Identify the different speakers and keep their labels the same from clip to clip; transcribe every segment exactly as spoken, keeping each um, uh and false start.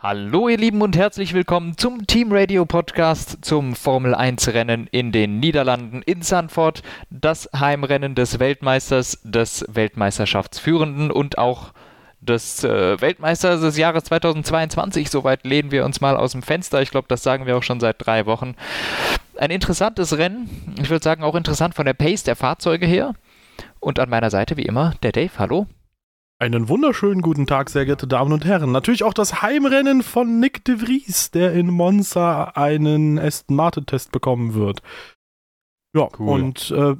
Speaker 1: Hallo ihr Lieben und herzlich willkommen zum Team Radio Podcast zum Formel eins Rennen in den Niederlanden in Zandvoort. Das Heimrennen des Weltmeisters, des Weltmeisterschaftsführenden und auch des äh, Weltmeisters des Jahres zweitausendzweiundzwanzig. Soweit lehnen wir uns mal aus dem Fenster. Ich glaube, das sagen wir auch schon seit drei Wochen. Ein interessantes Rennen. Ich würde sagen auch interessant von der Pace der Fahrzeuge her. Und an meiner Seite wie immer der Dave. Hallo.
Speaker 2: Einen wunderschönen guten Tag, sehr geehrte Damen und Herren. Natürlich auch das Heimrennen von Nick de Vries, der in Monza einen Aston Martin-Test bekommen wird. Ja, cool. Und äh,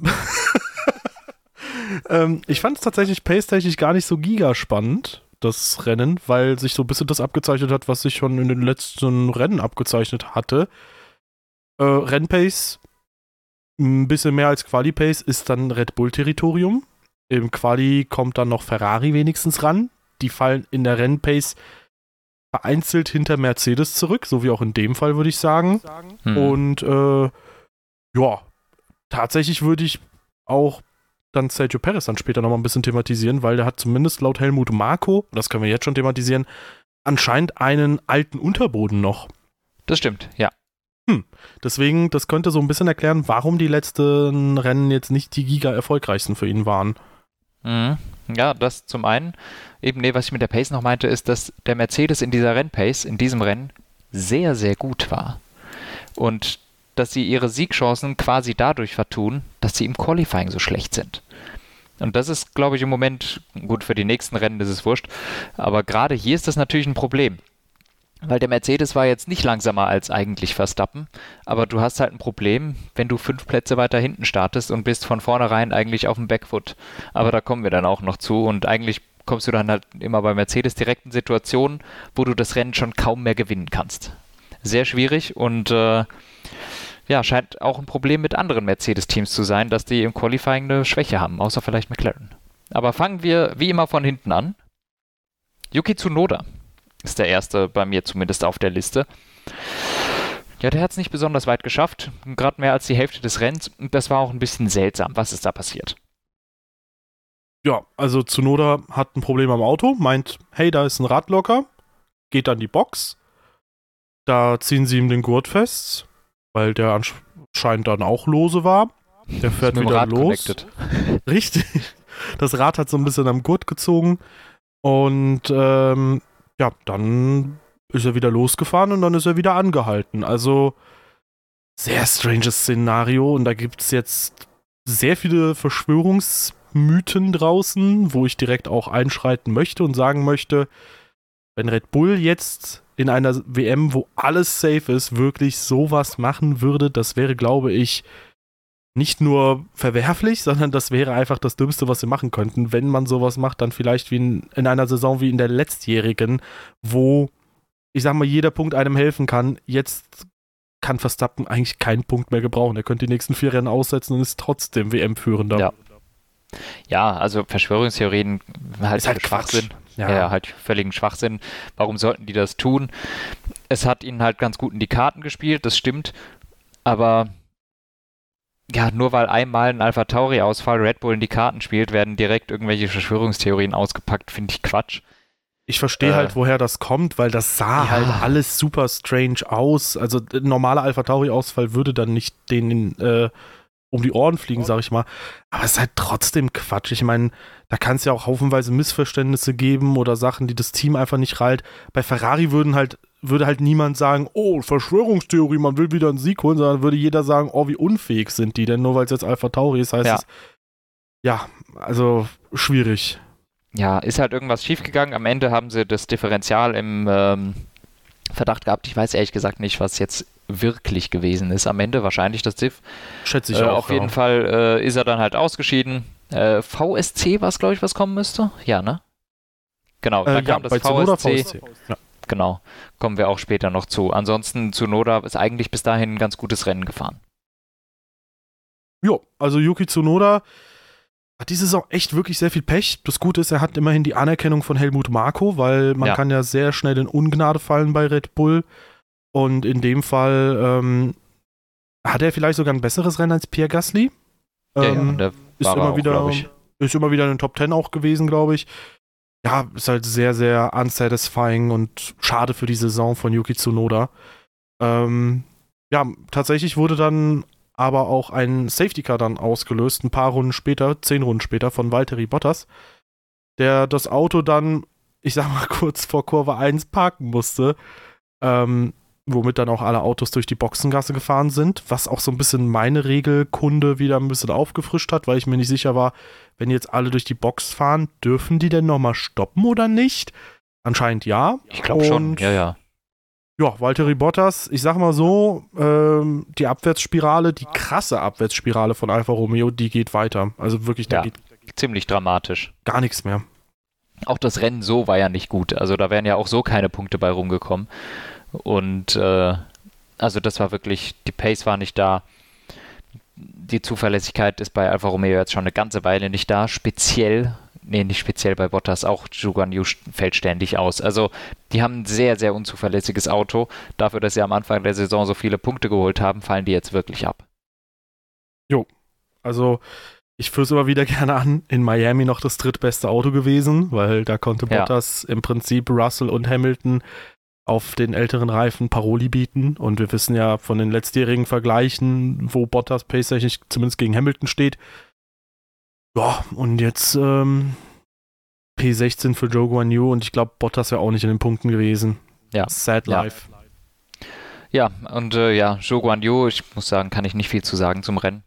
Speaker 2: ähm, ich fand es tatsächlich pace-technisch gar nicht so gigaspannend, das Rennen, weil sich so ein bisschen das abgezeichnet hat, was sich schon in den letzten Rennen abgezeichnet hatte. Äh, Rennpace, ein bisschen mehr als Quali-Pace, ist dann Red Bull-Territorium. Im Quali kommt dann noch Ferrari wenigstens ran. Die fallen in der Rennpace vereinzelt hinter Mercedes zurück, so wie auch in dem Fall, würde ich sagen. Hm. Und äh, ja, tatsächlich würde ich auch dann Sergio Perez dann später nochmal ein bisschen thematisieren, weil der hat zumindest laut Helmut Marko, das können wir jetzt schon thematisieren, anscheinend einen alten Unterboden noch.
Speaker 1: Das stimmt, ja.
Speaker 2: Hm. Deswegen, das könnte so ein bisschen erklären, warum die letzten Rennen jetzt nicht die giga-erfolgreichsten für ihn waren.
Speaker 1: Mhm. Ja, das zum einen. Eben, nee, was ich mit der Pace noch meinte, ist, dass der Mercedes in dieser Rennpace, in diesem Rennen, sehr, sehr gut war. Und dass sie ihre Siegchancen quasi dadurch vertun, dass sie im Qualifying so schlecht sind. Und das ist, glaube ich, im Moment, gut, für die nächsten Rennen ist es wurscht, aber gerade hier ist das natürlich ein Problem. Weil der Mercedes war jetzt nicht langsamer als eigentlich Verstappen, aber du hast halt ein Problem, wenn du fünf Plätze weiter hinten startest und bist von vornherein eigentlich auf dem Backfoot. Aber da kommen wir dann auch noch zu und eigentlich kommst du dann halt immer bei Mercedes direkt in Situationen, wo du das Rennen schon kaum mehr gewinnen kannst. Sehr schwierig und äh, ja, scheint auch ein Problem mit anderen Mercedes-Teams zu sein, dass die im Qualifying eine Schwäche haben, außer vielleicht McLaren. Aber fangen wir wie immer von hinten an. Yuki Tsunoda ist der erste bei mir zumindest auf der Liste. Ja, der hat es nicht besonders weit geschafft, gerade mehr als die Hälfte des Rennens. Und das war auch ein bisschen seltsam. Was ist da passiert?
Speaker 2: Ja, also Tsunoda hat ein Problem am Auto, meint, hey, da ist ein Radlocker, geht dann die Box, da ziehen sie ihm den Gurt fest, weil der anscheinend dann auch lose war. Der fährt wieder
Speaker 1: Rad
Speaker 2: los.
Speaker 1: Connected.
Speaker 2: Richtig. Das Rad hat so ein bisschen am Gurt gezogen und ähm, ja, dann ist er wieder losgefahren und dann ist er wieder angehalten. Also sehr stranges Szenario und da gibt es jetzt sehr viele Verschwörungsmythen draußen, wo ich direkt auch einschreiten möchte und sagen möchte, wenn Red Bull jetzt in einer W M, wo alles safe ist, wirklich sowas machen würde, das wäre, glaube ich, nicht nur verwerflich, sondern das wäre einfach das Dümmste, was sie machen könnten. Wenn man sowas macht, dann vielleicht wie in, in einer Saison wie in der letztjährigen, wo, ich sag mal, jeder Punkt einem helfen kann. Jetzt kann Verstappen eigentlich keinen Punkt mehr gebrauchen. Er könnte die nächsten vier Rennen aussetzen und ist trotzdem W M-Führender.
Speaker 1: Ja. Ja, also Verschwörungstheorien halt,
Speaker 2: ist halt
Speaker 1: Schwachsinn.
Speaker 2: Ja.
Speaker 1: ja, halt völligen Schwachsinn. Warum sollten die das tun? Es hat ihnen halt ganz gut in die Karten gespielt, das stimmt. Aber ja, nur weil einmal ein AlphaTauri-Ausfall Red Bull in die Karten spielt, werden direkt irgendwelche Verschwörungstheorien ausgepackt, finde ich Quatsch.
Speaker 2: Ich verstehe äh, halt, woher das kommt, weil das sah ja halt alles super strange aus. Also ein normaler AlphaTauri-Ausfall würde dann nicht den äh, um die Ohren fliegen, sag ich mal. Aber es ist halt trotzdem Quatsch. Ich meine, da kann es ja auch haufenweise Missverständnisse geben oder Sachen, die das Team einfach nicht rallt. Bei Ferrari würden halt würde halt niemand sagen, oh, Verschwörungstheorie, man will wieder einen Sieg holen, sondern würde jeder sagen, oh, wie unfähig sind die denn, nur weil es jetzt AlphaTauri ist, heißt
Speaker 1: ja.
Speaker 2: es, ja, also schwierig.
Speaker 1: Ja, ist halt irgendwas schiefgegangen. Am Ende haben sie das Differential im ähm, Verdacht gehabt. Ich weiß ehrlich gesagt nicht, was jetzt wirklich gewesen ist. Am Ende wahrscheinlich das Diff.
Speaker 2: Schätze ich
Speaker 1: äh,
Speaker 2: auch.
Speaker 1: Auf jeden ja. Fall äh, ist er dann halt ausgeschieden. Äh, V S C war es, glaube ich, was kommen müsste. Ja, ne? Genau,
Speaker 2: äh,
Speaker 1: dann
Speaker 2: ja,
Speaker 1: kam das
Speaker 2: bei
Speaker 1: V S C.
Speaker 2: V S C. Ja.
Speaker 1: Genau, kommen wir auch später noch zu. Ansonsten Tsunoda ist eigentlich bis dahin ein ganz gutes Rennen gefahren.
Speaker 2: Jo, also Yuki Tsunoda hat diese Saison echt wirklich sehr viel Pech. Das Gute ist, er hat immerhin die Anerkennung von Helmut Marko, weil man ja. kann ja sehr schnell in Ungnade fallen bei Red Bull. Und in dem Fall ähm, hat er vielleicht sogar ein besseres Rennen als Pierre Gasly.
Speaker 1: Ja,
Speaker 2: ähm,
Speaker 1: ja, der
Speaker 2: ist
Speaker 1: war
Speaker 2: immer
Speaker 1: auch,
Speaker 2: wieder,
Speaker 1: ich.
Speaker 2: ist immer wieder in den Top Ten auch gewesen, glaube ich. ja, ist halt sehr, sehr unsatisfying und schade für die Saison von Yuki Tsunoda. Ähm, ja, tatsächlich wurde dann aber auch ein Safety Car dann ausgelöst, ein paar Runden später, zehn Runden später, von Valtteri Bottas, der das Auto dann, ich sag mal, kurz vor Kurve eins parken musste, ähm, womit dann auch alle Autos durch die Boxengasse gefahren sind, was auch so ein bisschen meine Regelkunde wieder ein bisschen aufgefrischt hat, weil ich mir nicht sicher war, wenn jetzt alle durch die Box fahren, dürfen die denn nochmal stoppen oder nicht? Anscheinend ja.
Speaker 1: Ich glaube schon, ja, ja.
Speaker 2: Ja, Valtteri Bottas, ich sag mal so, ähm, die Abwärtsspirale, die krasse Abwärtsspirale von Alfa Romeo, die geht weiter. Also wirklich, da
Speaker 1: ja,
Speaker 2: geht
Speaker 1: ziemlich dramatisch.
Speaker 2: gar nichts mehr.
Speaker 1: Auch das Rennen so war ja nicht gut. Also da wären ja auch so keine Punkte bei rumgekommen. Und äh, also das war wirklich, die Pace war nicht da. Die Zuverlässigkeit ist bei Alfa Romeo jetzt schon eine ganze Weile nicht da. Speziell, nee, nicht speziell bei Bottas, auch Zhou Guanyu fällt ständig aus. Also die haben ein sehr, sehr unzuverlässiges Auto. Dafür, dass sie am Anfang der Saison so viele Punkte geholt haben, fallen die jetzt wirklich ab.
Speaker 2: Jo, also ich führe es immer wieder gerne an, in Miami noch das drittbeste Auto gewesen, weil da konnte
Speaker 1: Ja.
Speaker 2: Bottas im Prinzip Russell und Hamilton auf den älteren Reifen Paroli bieten. Und wir wissen ja von den letztjährigen Vergleichen, wo Bottas pace-technisch zumindest gegen Hamilton steht. Ja, und jetzt ähm, P sechzehn für Zhou Guanyu und ich glaube, Bottas wäre auch nicht in den Punkten gewesen.
Speaker 1: Ja.
Speaker 2: Sad
Speaker 1: Ja.
Speaker 2: life.
Speaker 1: Ja, und äh, ja, Zhou Guanyu, ich muss sagen, kann ich nicht viel zu sagen zum Rennen.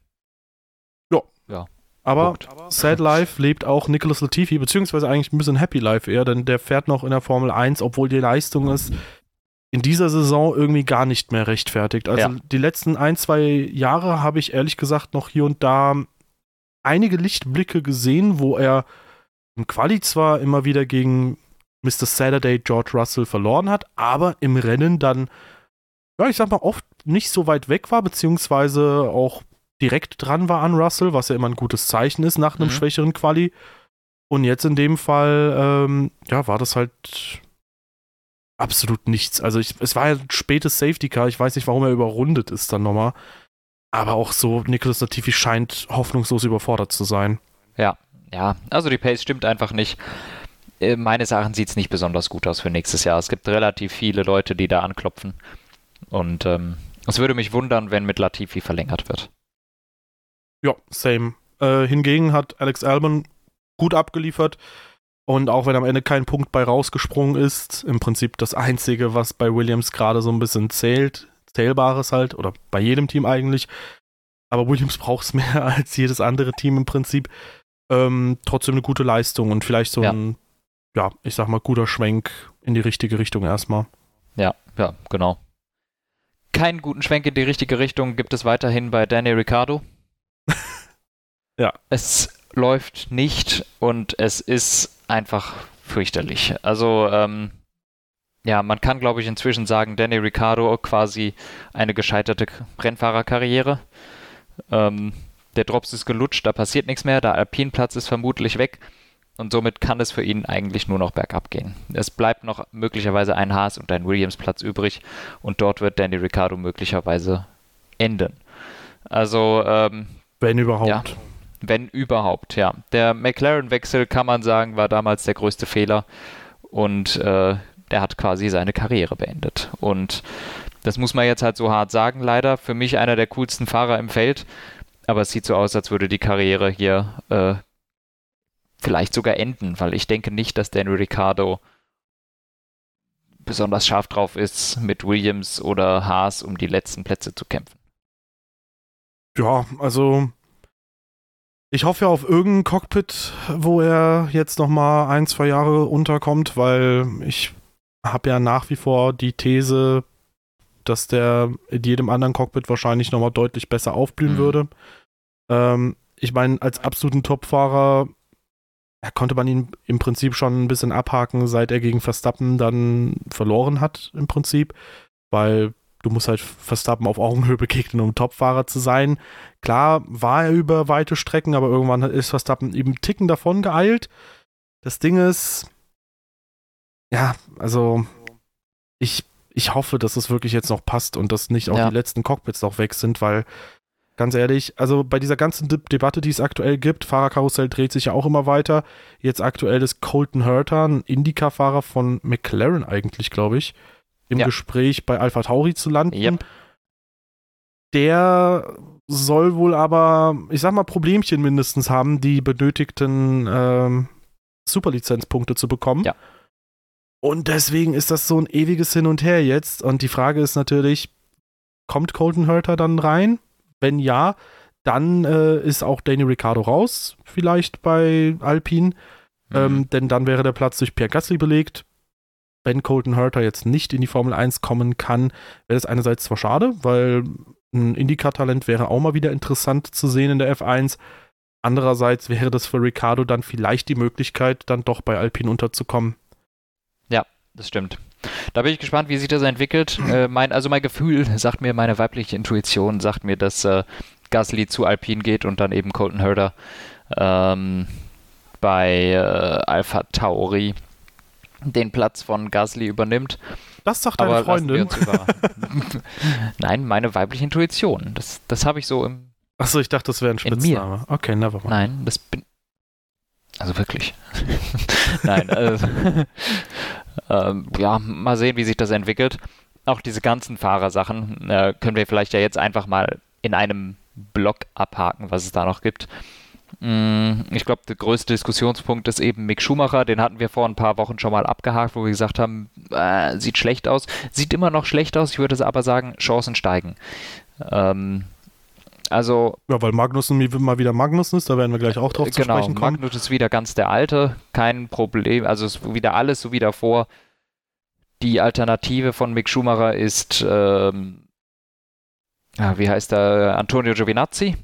Speaker 2: Aber
Speaker 1: Punkt.
Speaker 2: Sad Life lebt auch Nicholas Latifi, beziehungsweise eigentlich ein bisschen Happy Life eher, denn der fährt noch in der Formel eins, obwohl die Leistung ist in dieser Saison irgendwie gar nicht mehr rechtfertigt. Also
Speaker 1: Ja.
Speaker 2: die letzten ein, zwei Jahre habe ich ehrlich gesagt noch hier und da einige Lichtblicke gesehen, wo er im Quali zwar immer wieder gegen Mister Saturday George Russell verloren hat, aber im Rennen dann, ja, ich sag mal, oft nicht so weit weg war, beziehungsweise auch direkt dran war an Russell, was ja immer ein gutes Zeichen ist nach einem
Speaker 1: Mhm.
Speaker 2: schwächeren Quali. Und jetzt in dem Fall, ähm, ja, war das halt absolut nichts. Also ich, es war ja ein spätes Safety Car, ich weiß nicht, warum er überrundet ist dann nochmal. Aber auch so, Nicholas Latifi scheint hoffnungslos überfordert zu sein.
Speaker 1: Ja, also die Pace stimmt einfach nicht. Äh, meines Erachtens sieht es nicht besonders gut aus für nächstes Jahr. Es gibt relativ viele Leute, die da anklopfen. Und ähm, es würde mich wundern, wenn mit Latifi verlängert wird.
Speaker 2: Ja, same. Äh, hingegen hat Alex Albon gut abgeliefert und auch wenn am Ende kein Punkt bei rausgesprungen ist, im Prinzip das Einzige, was bei Williams gerade so ein bisschen zählt, Zählbares halt, oder bei jedem Team eigentlich, aber Williams braucht es mehr als jedes andere Team im Prinzip, ähm, trotzdem eine gute Leistung und vielleicht so
Speaker 1: Ja.
Speaker 2: ein, ja, ich sag mal, guter Schwenk in die richtige Richtung erstmal.
Speaker 1: Ja, ja, genau. Keinen guten Schwenk in die richtige Richtung gibt es weiterhin bei Danny Ricciardo.
Speaker 2: Ja.
Speaker 1: Es läuft nicht und es ist einfach fürchterlich. Also, ähm, ja, man kann, glaube ich, inzwischen sagen, Danny Ricciardo quasi eine gescheiterte Rennfahrerkarriere. Ähm, der Drops ist gelutscht, da passiert nichts mehr, der Alpinplatz ist vermutlich weg und somit kann es für ihn eigentlich nur noch bergab gehen. Es bleibt noch möglicherweise ein Haas und ein Williams-Platz übrig und dort wird Danny Ricciardo möglicherweise enden. Also, ähm,
Speaker 2: Wenn überhaupt.
Speaker 1: Ja. wenn überhaupt, ja. Der McLaren-Wechsel, kann man sagen, war damals der größte Fehler und äh, der hat quasi seine Karriere beendet. Und das muss man jetzt halt so hart sagen, leider. Für mich einer der coolsten Fahrer im Feld, aber es sieht so aus, als würde die Karriere hier äh, vielleicht sogar enden, weil ich denke nicht, dass Danny Ricciardo besonders scharf drauf ist, mit Williams oder Haas um die letzten Plätze zu kämpfen.
Speaker 2: Ja, also ich hoffe ja auf irgendein Cockpit, wo er jetzt nochmal ein, zwei Jahre unterkommt, weil ich habe ja nach wie vor die These, dass der in jedem anderen Cockpit wahrscheinlich nochmal deutlich besser aufblühen
Speaker 1: Mhm.
Speaker 2: würde. Ähm, ich meine, als absoluten Topfahrer ja, konnte man ihn im Prinzip schon ein bisschen abhaken, seit er gegen Verstappen dann verloren hat im Prinzip, weil du musst halt Verstappen auf Augenhöhe begegnen, um Topfahrer zu sein. Klar war er über weite Strecken, aber irgendwann ist Verstappen eben einen Ticken davon geeilt. Das Ding ist, ja, also ich, ich hoffe, dass es wirklich jetzt noch passt und dass nicht auch
Speaker 1: Ja.
Speaker 2: die letzten Cockpits noch weg sind, weil ganz ehrlich, also bei dieser ganzen De- Debatte, die es aktuell gibt, Fahrerkarussell dreht sich ja auch immer weiter. Jetzt aktuell ist Colton Herta, ein Indycar-Fahrer von McLaren eigentlich, glaube ich, im
Speaker 1: Ja.
Speaker 2: Gespräch bei AlphaTauri zu landen.
Speaker 1: Yep.
Speaker 2: Der soll wohl aber, ich sag mal, Problemchen mindestens haben, die benötigten ähm, Superlizenzpunkte zu bekommen.
Speaker 1: Ja.
Speaker 2: Und deswegen ist das so ein ewiges Hin und Her jetzt. Und die Frage ist natürlich, kommt Colton Herta dann rein? Wenn ja, dann äh, ist auch Danny Ricciardo raus, vielleicht bei Alpine.
Speaker 1: Mhm.
Speaker 2: Ähm, denn dann wäre der Platz durch Pierre Gasly belegt. Wenn Colton Herta jetzt nicht in die Formel eins kommen kann, wäre das einerseits zwar schade, weil ein Indycar-Talent wäre auch mal wieder interessant zu sehen in der F eins. Andererseits wäre das für Ricciardo dann vielleicht die Möglichkeit, dann doch bei Alpine unterzukommen.
Speaker 1: Ja, das stimmt. Da bin ich gespannt, wie sich das entwickelt. Äh, mein, also mein Gefühl sagt mir, meine weibliche Intuition sagt mir, dass äh, Gasly zu Alpine geht und dann eben Colton Herta ähm, bei äh, AlphaTauri den Platz von Gasly übernimmt.
Speaker 2: Das sagt deine
Speaker 1: Aber lassen wir
Speaker 2: Freundin.
Speaker 1: uns über- Nein, meine weibliche Intuition. Das, das habe ich so im...
Speaker 2: Achso, ich dachte, das wäre ein
Speaker 1: In mir.
Speaker 2: Spitzname. Okay, never mind.
Speaker 1: Nein, das bin... Also wirklich. Nein, also... ähm, ja, mal sehen, wie sich das entwickelt. Auch diese ganzen Fahrersachen äh, können wir vielleicht ja jetzt einfach mal in einem Block abhaken, was es da noch gibt. Mm, Ich glaube, der größte Diskussionspunkt ist eben Mick Schumacher. Den hatten wir vor ein paar Wochen schon mal abgehakt, wo wir gesagt haben, äh, sieht schlecht aus. Sieht immer noch schlecht aus. Ich würde aber sagen, Chancen steigen. Ähm, also
Speaker 2: Ja, weil Magnussen wie- mal wieder Magnussen ist, da werden wir gleich auch drauf zu
Speaker 1: genau,
Speaker 2: sprechen kommen.
Speaker 1: Magnus ist wieder ganz der Alte. Kein Problem. Also es ist wieder alles so wie davor. Die Alternative von Mick Schumacher ist, ähm, ja, wie heißt er, Antonio Giovinazzi.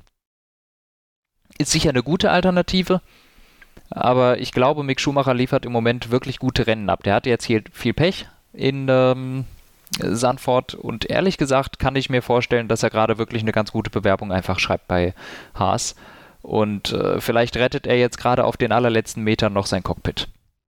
Speaker 1: Ist sicher eine gute Alternative, aber ich glaube, Mick Schumacher liefert im Moment wirklich gute Rennen ab. Der hatte jetzt hier viel Pech in ähm, Zandvoort und ehrlich gesagt kann ich mir vorstellen, dass er gerade wirklich eine ganz gute Bewerbung einfach schreibt bei Haas und äh, vielleicht rettet er jetzt gerade auf den allerletzten Metern noch sein Cockpit.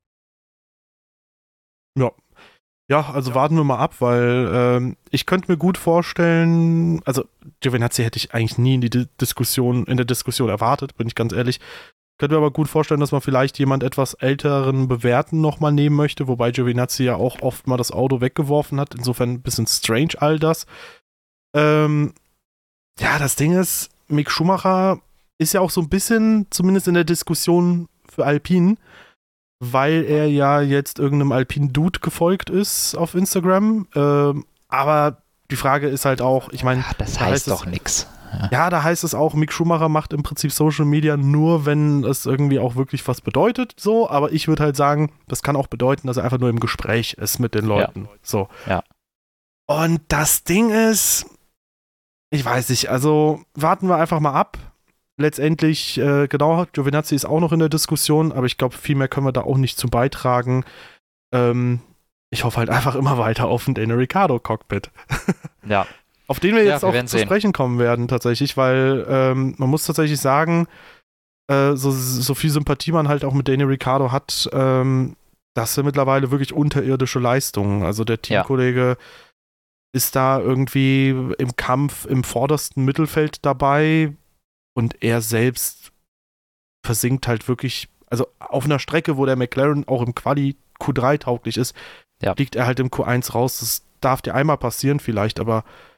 Speaker 2: Ja. Ja, also warten wir mal ab, weil ähm, ich könnte mir gut vorstellen, also Giovinazzi hätte ich eigentlich nie in die Di- Diskussion, in der Diskussion erwartet, bin ich ganz ehrlich. Könnte mir aber gut vorstellen, dass man vielleicht jemand etwas älteren Bewährten nochmal nehmen möchte, wobei Giovinazzi ja auch oft mal das Auto weggeworfen hat, insofern ein bisschen strange all das. Ähm, ja, das Ding ist, Mick Schumacher ist ja auch so ein bisschen, zumindest in der Diskussion für Alpine, weil er ja jetzt irgendeinem Alpine-Dude gefolgt ist auf Instagram. Ähm, aber die Frage ist halt auch, ich meine,
Speaker 1: Ja, das
Speaker 2: da
Speaker 1: heißt
Speaker 2: heißt es-
Speaker 1: doch nichts.
Speaker 2: ja, da heißt es auch, Mick Schumacher macht im Prinzip Social Media nur, wenn es irgendwie auch wirklich was bedeutet, so. Aber ich würde halt sagen, das kann auch bedeuten, dass er einfach nur im Gespräch ist mit den Leuten. So.
Speaker 1: Ja.
Speaker 2: Und das Ding ist, ich weiß nicht, also warten wir einfach mal ab. Letztendlich, äh, genau, Giovinazzi ist auch noch in der Diskussion, aber ich glaube, viel mehr können wir da auch nicht zu beitragen. Ähm, ich hoffe halt einfach immer weiter auf ein Daniel Ricciardo Cockpit.
Speaker 1: Ja.
Speaker 2: Auf den wir
Speaker 1: Ja,
Speaker 2: jetzt
Speaker 1: wir
Speaker 2: auch
Speaker 1: werden
Speaker 2: zu
Speaker 1: sehen.
Speaker 2: sprechen kommen werden, tatsächlich, weil ähm, man muss tatsächlich sagen, äh, so, so viel Sympathie man halt auch mit Daniel Ricciardo hat, ähm, das sind mittlerweile wirklich unterirdische Leistungen. Also der Teamkollege ist da irgendwie im Kampf im vordersten Mittelfeld dabei und er selbst versinkt halt wirklich, also auf einer Strecke, wo der McLaren auch im Quali Q drei tauglich ist,
Speaker 1: Ja.
Speaker 2: fliegt er halt im Q eins raus. Das darf dir einmal passieren vielleicht, aber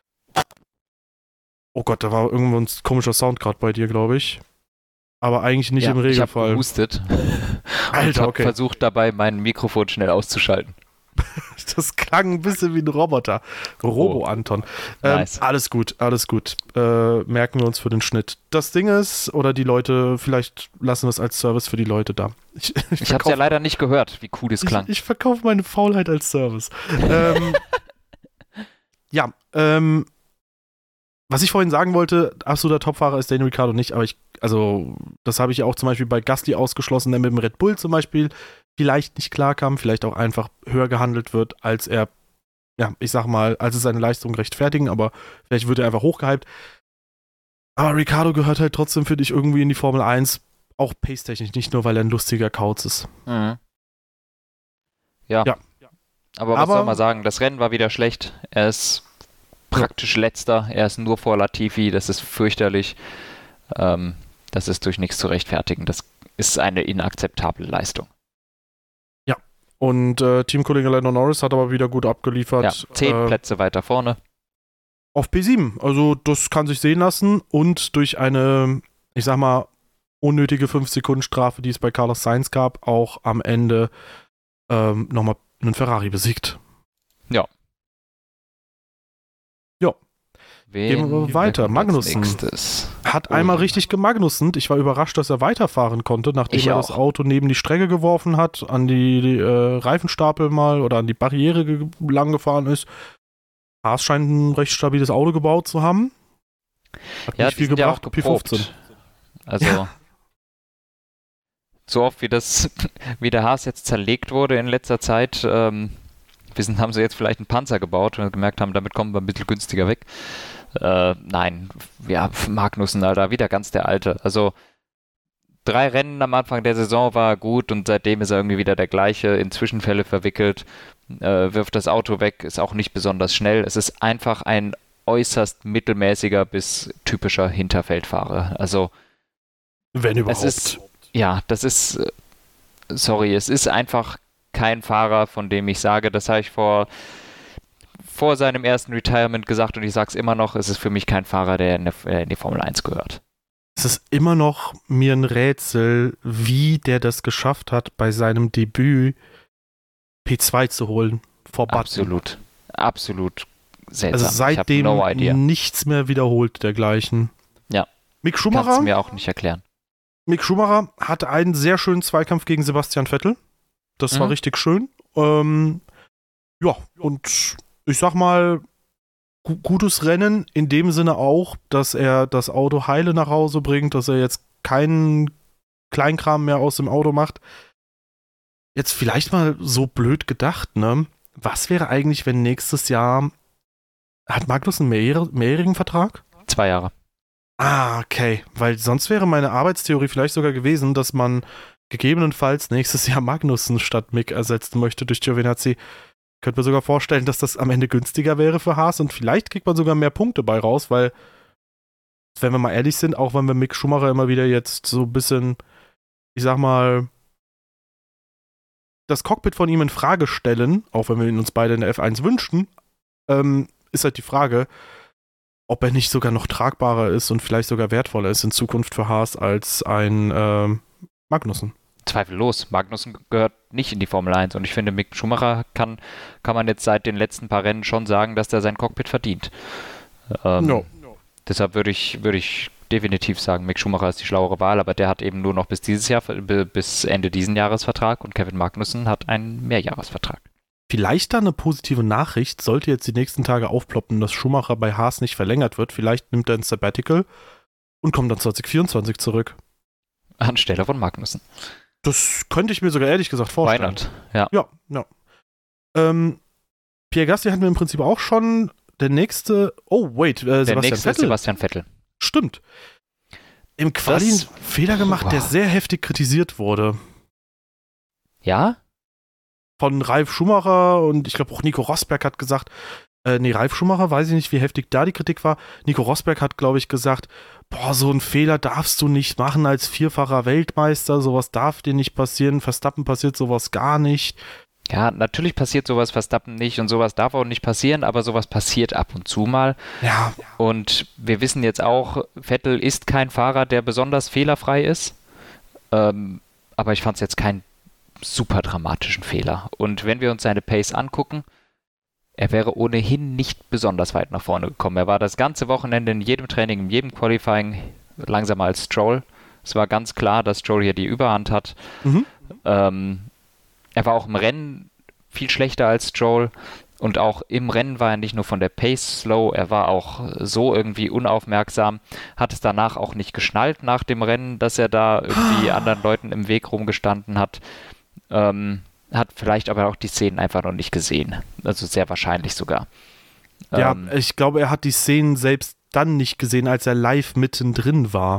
Speaker 2: oh Gott, da war irgendwo ein komischer Sound gerade bei dir, glaube ich. Aber eigentlich nicht
Speaker 1: ja,
Speaker 2: im
Speaker 1: ich habe
Speaker 2: Regelfall.
Speaker 1: gehustet
Speaker 2: Alter,
Speaker 1: und habe
Speaker 2: okay.
Speaker 1: versucht dabei, mein Mikrofon schnell auszuschalten.
Speaker 2: Das klang ein bisschen wie ein Roboter. Robo-Anton. Ähm,
Speaker 1: Nice.
Speaker 2: Alles gut, alles gut. Äh, merken wir uns für den Schnitt. Das Ding ist, oder die Leute, vielleicht lassen wir es als Service für die Leute da. Ich, ich,
Speaker 1: Ich habe es ja leider nicht gehört, wie cool das klang.
Speaker 2: Ich, ich verkaufe meine Faulheit als Service. ähm, ja, ähm, was ich vorhin sagen wollte, absoluter Topfahrer ist Daniel Ricciardo nicht, aber ich, also, das habe ich ja auch zum Beispiel bei Gasly ausgeschlossen, der mit dem Red Bull zum Beispiel vielleicht nicht klarkam, vielleicht auch einfach höher gehandelt wird, als er, ja, ich sag mal, als es seine Leistung rechtfertigen, aber vielleicht wird er einfach hochgehypt. Aber Ricciardo gehört halt trotzdem für dich irgendwie in die Formel eins, auch pace-technisch, nicht nur, weil er ein lustiger Kauz ist.
Speaker 1: Mhm. Ja.
Speaker 2: Ja.
Speaker 1: Aber was
Speaker 2: Aber-
Speaker 1: soll man sagen? Das Rennen war wieder schlecht. Er ist praktisch letzter. Er ist nur vor Latifi. Das ist fürchterlich. Ähm, das ist durch nichts zu rechtfertigen. Das ist eine inakzeptable Leistung.
Speaker 2: Ja, und äh, Teamkollege Lando Norris hat aber wieder gut abgeliefert.
Speaker 1: Ja, zehn
Speaker 2: äh,
Speaker 1: Plätze weiter vorne.
Speaker 2: Auf P sieben. Also das kann sich sehen lassen. Und durch eine, ich sag mal, unnötige fünf Sekunden Strafe, die es bei Carlos Sainz gab, auch am Ende ähm, nochmal einen Ferrari besiegt.
Speaker 1: Ja.
Speaker 2: Ja.
Speaker 1: Wen
Speaker 2: Gehen wir weiter. Magnussen hat
Speaker 1: oh,
Speaker 2: einmal richtig gemagnussend. Ich war überrascht, dass er weiterfahren konnte, nachdem
Speaker 1: ich
Speaker 2: er
Speaker 1: auch.
Speaker 2: das Auto neben die Strecke geworfen hat, an die, die äh, Reifenstapel mal oder an die Barriere ge- lang gefahren ist. Haas scheint ein recht stabiles Auto gebaut zu haben. Hat
Speaker 1: Ja,
Speaker 2: nicht
Speaker 1: die
Speaker 2: viel
Speaker 1: sind ja auch
Speaker 2: gebracht, P fünfzehn.
Speaker 1: Also
Speaker 2: Ja.
Speaker 1: so oft wie das, wie der Haas jetzt zerlegt wurde in letzter Zeit, ähm, wissen, haben sie jetzt vielleicht einen Panzer gebaut und gemerkt haben, damit kommen wir ein bisschen günstiger weg. Äh, nein, ja, Magnussen, Alter, wieder ganz der Alte. Also drei Rennen am Anfang der Saison war gut und seitdem ist er irgendwie wieder der gleiche, in Zwischenfälle verwickelt, äh, wirft das Auto weg, ist auch nicht besonders schnell. Es ist einfach ein äußerst mittelmäßiger bis typischer Hinterfeldfahrer. Also
Speaker 2: Wenn überhaupt.
Speaker 1: es ist, ja, das ist, äh, sorry, es ist einfach kein Fahrer, von dem ich sage, das habe ich vor, vor seinem ersten Retirement gesagt und ich sage es immer noch, es ist für mich kein Fahrer, der in, der in die Formel eins gehört.
Speaker 2: Es ist immer noch mir ein Rätsel, wie der das geschafft hat, bei seinem Debüt P zwei zu holen. Vor Button.
Speaker 1: Absolut, absolut seltsam.
Speaker 2: Also seitdem
Speaker 1: no
Speaker 2: nichts mehr wiederholt dergleichen.
Speaker 1: Ja.
Speaker 2: Mick Schumacher,
Speaker 1: kannst du mir auch nicht erklären.
Speaker 2: Mick Schumacher hatte einen sehr schönen Zweikampf gegen Sebastian Vettel. Das mhm. war richtig schön. Ähm, ja, und ich sag mal, gu- gutes Rennen in dem Sinne auch, dass er das Auto heile nach Hause bringt, dass er jetzt keinen Kleinkram mehr aus dem Auto macht. Jetzt vielleicht mal so blöd gedacht, ne? Was wäre eigentlich, wenn nächstes Jahr hat Magnus einen mehrjähr- mehrjährigen Vertrag?
Speaker 1: Zwei Jahre.
Speaker 2: Ah, okay. Weil sonst wäre meine Arbeitstheorie vielleicht sogar gewesen, dass man gegebenenfalls nächstes Jahr Magnussen statt Mick ersetzen möchte durch Giovinazzi. Ich könnte mir sogar vorstellen, dass das am Ende günstiger wäre für Haas und vielleicht kriegt man sogar mehr Punkte bei raus, weil, wenn wir mal ehrlich sind, auch wenn wir Mick Schumacher immer wieder jetzt so ein bisschen, ich sag mal, das Cockpit von ihm in Frage stellen, auch wenn wir ihn uns beide in der F eins wünschen, ähm, ist halt die Frage, ob er nicht sogar noch tragbarer ist und vielleicht sogar wertvoller ist in Zukunft für Haas als ein ähm, Magnussen.
Speaker 1: Zweifellos. Magnussen gehört nicht in die Formel eins und ich finde, Mick Schumacher kann, kann man jetzt seit den letzten paar Rennen schon sagen, dass der sein Cockpit verdient. Ähm,
Speaker 2: no.
Speaker 1: Deshalb würde ich, würde ich definitiv sagen, Mick Schumacher ist die schlauere Wahl, aber der hat eben nur noch bis dieses Jahr, bis Ende diesen Jahres Vertrag und Kevin Magnussen hat einen Mehrjahresvertrag.
Speaker 2: Vielleicht da eine positive Nachricht, sollte jetzt die nächsten Tage aufploppen, dass Schumacher bei Haas nicht verlängert wird. Vielleicht nimmt er ein Sabbatical und kommt dann zwanzig vierundzwanzig zurück.
Speaker 1: Anstelle von Magnussen.
Speaker 2: Das könnte ich mir sogar ehrlich gesagt vorstellen.
Speaker 1: Why not? Ja.
Speaker 2: Ja, ja. Ähm, Pierre Gasly hatten wir im Prinzip auch schon. Der nächste, oh wait, äh,
Speaker 1: Der
Speaker 2: Sebastian
Speaker 1: nächste
Speaker 2: Vettel.
Speaker 1: ist Sebastian Vettel.
Speaker 2: Stimmt. Im Quali einen Fehler gemacht,
Speaker 1: wow.
Speaker 2: der sehr heftig kritisiert wurde.
Speaker 1: Ja?
Speaker 2: Von Ralf Schumacher und ich glaube auch Nico Rosberg hat gesagt, äh, nee, Ralf Schumacher, weiß ich nicht, wie heftig da die Kritik war. Nico Rosberg hat, glaube ich, gesagt, boah, so einen Fehler darfst du nicht machen als vierfacher Weltmeister, sowas darf dir nicht passieren, Verstappen passiert sowas gar nicht.
Speaker 1: Ja, natürlich passiert sowas Verstappen nicht und sowas darf auch nicht passieren, aber sowas passiert ab und zu mal.
Speaker 2: Ja.
Speaker 1: Und wir wissen jetzt auch, Vettel ist kein Fahrer, der besonders fehlerfrei ist. Ähm, aber ich fand es jetzt keinen super dramatischen Fehler. Und wenn wir uns seine Pace angucken, er wäre ohnehin nicht besonders weit nach vorne gekommen. Er war das ganze Wochenende in jedem Training, in jedem Qualifying langsamer als Stroll. Es war ganz klar, dass Stroll hier die Überhand hat.
Speaker 2: Mhm.
Speaker 1: Ähm, er war auch im Rennen viel schlechter als Stroll und auch im Rennen war er nicht nur von der Pace slow, er war auch so irgendwie unaufmerksam, hat es danach auch nicht geschnallt nach dem Rennen, dass er da irgendwie anderen Leuten im Weg rumgestanden hat. Ähm, hat vielleicht aber auch die Szenen einfach noch nicht gesehen. Also sehr wahrscheinlich sogar.
Speaker 2: Ja,
Speaker 1: ähm,
Speaker 2: ich glaube, er hat die Szenen selbst dann nicht gesehen, als er live mittendrin war.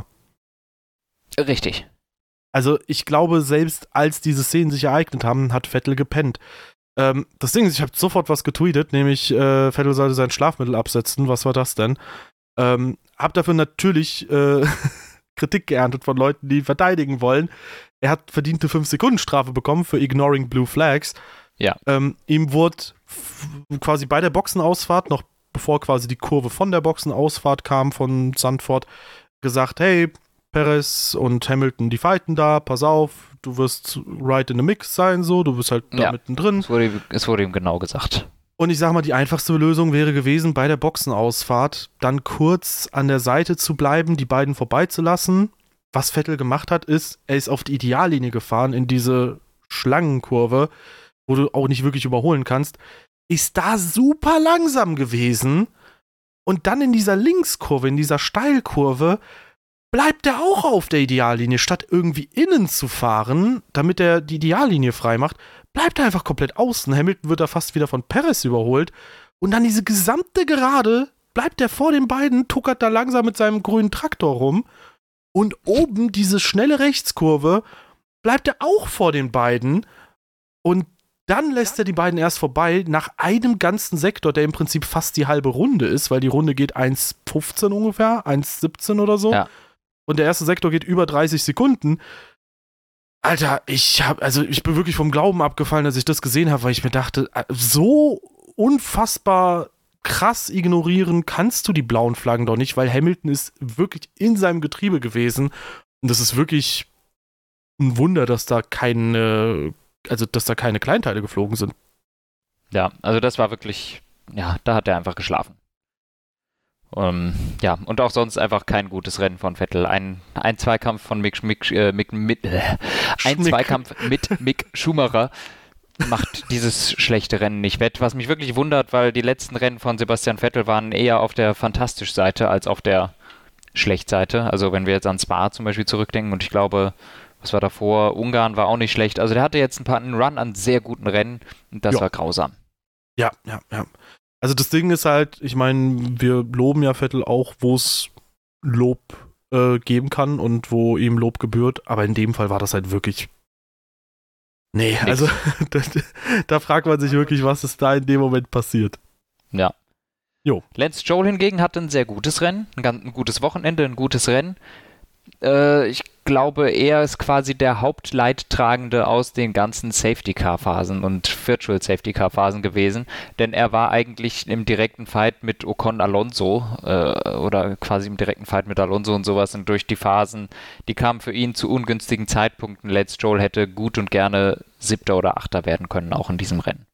Speaker 1: Richtig.
Speaker 2: Also ich glaube, selbst als diese Szenen sich ereignet haben, hat Vettel gepennt. Ähm, das Ding ist, ich habe sofort was getweetet, nämlich äh, Vettel sollte sein Schlafmittel absetzen. Was war das denn? Ähm, hab dafür natürlich äh, Kritik geerntet von Leuten, die ihn verteidigen wollen. Er hat verdiente fünf Sekunden Strafe bekommen für Ignoring Blue Flags.
Speaker 1: Ja.
Speaker 2: Ähm, ihm wurde f- quasi bei der Boxenausfahrt, noch bevor quasi die Kurve von der Boxenausfahrt kam von Zandvoort, gesagt, hey, Perez und Hamilton, die fighten da, pass auf, du wirst right in the mix sein, so, du bist halt da
Speaker 1: Ja.
Speaker 2: mittendrin.
Speaker 1: Es wurde, es wurde ihm genau gesagt.
Speaker 2: Und ich sag mal, die einfachste Lösung wäre gewesen, bei der Boxenausfahrt dann kurz an der Seite zu bleiben, die beiden vorbeizulassen. Was Vettel gemacht hat, ist, er ist auf die Ideallinie gefahren, in diese Schlangenkurve, wo du auch nicht wirklich überholen kannst, ist da super langsam gewesen. Und dann in dieser Linkskurve, in dieser Steilkurve, bleibt er auch auf der Ideallinie, statt irgendwie innen zu fahren, damit er die Ideallinie frei macht, bleibt er einfach komplett außen. Hamilton wird da fast wieder von Perez überholt. Und dann diese gesamte Gerade bleibt er vor den beiden, tuckert da langsam mit seinem grünen Traktor rum. Und oben diese schnelle Rechtskurve bleibt er auch vor den beiden. Und dann lässt er die beiden erst vorbei nach einem ganzen Sektor, der im Prinzip fast die halbe Runde ist, weil die Runde geht eins fünfzehn ungefähr, eins siebzehn oder so.
Speaker 1: Ja.
Speaker 2: Und der erste Sektor geht über dreißig Sekunden. Alter, ich hab, also ich bin wirklich vom Glauben abgefallen, als ich das gesehen habe, weil ich mir dachte, so unfassbar krass ignorieren kannst du die blauen Flaggen doch nicht, weil Hamilton ist wirklich in seinem Getriebe gewesen. Und das ist wirklich ein Wunder, dass da keine, also dass da keine Kleinteile geflogen sind.
Speaker 1: Ja, also das war wirklich, ja, da hat er einfach geschlafen. Um, ja, und auch sonst einfach kein gutes Rennen von Vettel. Ein, ein Zweikampf von Mick, Mick, äh, Mick mit, äh, ein
Speaker 2: Schmick.
Speaker 1: Zweikampf mit Mick Schumacher macht dieses schlechte Rennen nicht wett. Was mich wirklich wundert, weil die letzten Rennen von Sebastian Vettel waren eher auf der Fantastisch-Seite als auf der Schlecht-Seite. Also wenn wir jetzt an Spa zum Beispiel zurückdenken und ich glaube, was war davor? Ungarn war auch nicht schlecht. Also der hatte jetzt ein paar einen Run an sehr guten Rennen und das
Speaker 2: Ja.
Speaker 1: war grausam.
Speaker 2: Ja, ja, ja. Also das Ding ist halt, ich meine, wir loben ja Vettel auch, wo es Lob äh, geben kann und wo ihm Lob gebührt, aber in dem Fall war das halt wirklich nee,
Speaker 1: Nix.
Speaker 2: also da, da fragt man sich wirklich, was ist da in dem Moment passiert.
Speaker 1: Ja.
Speaker 2: Jo.
Speaker 1: Lance Stroll hingegen hatte ein sehr gutes Rennen, ein, ganz, ein gutes Wochenende, ein gutes Rennen. Äh, ich glaube, er ist quasi der Hauptleidtragende aus den ganzen Safety-Car-Phasen und Virtual-Safety-Car-Phasen gewesen, denn er war eigentlich im direkten Fight mit Ocon Alonso äh, oder quasi im direkten Fight mit Alonso und sowas und durch die Phasen, die kamen für ihn zu ungünstigen Zeitpunkten. Lance Stroll hätte gut und gerne Siebter oder Achter werden können, auch in diesem Rennen.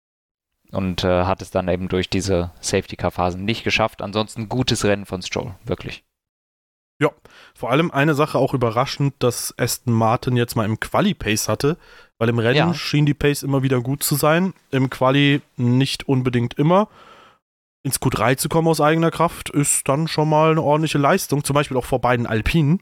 Speaker 1: Und äh, hat es dann eben durch diese Safety-Car-Phasen nicht geschafft. Ansonsten gutes Rennen von Stroll, wirklich.
Speaker 2: Ja, vor allem eine Sache auch überraschend, dass Aston Martin jetzt mal im Quali Pace hatte, weil im Rennen
Speaker 1: Ja.
Speaker 2: schien die Pace immer wieder gut zu sein, im Quali nicht unbedingt immer. Ins Q drei zu kommen aus eigener Kraft ist dann schon mal eine ordentliche Leistung, zum Beispiel auch vor beiden Alpinen,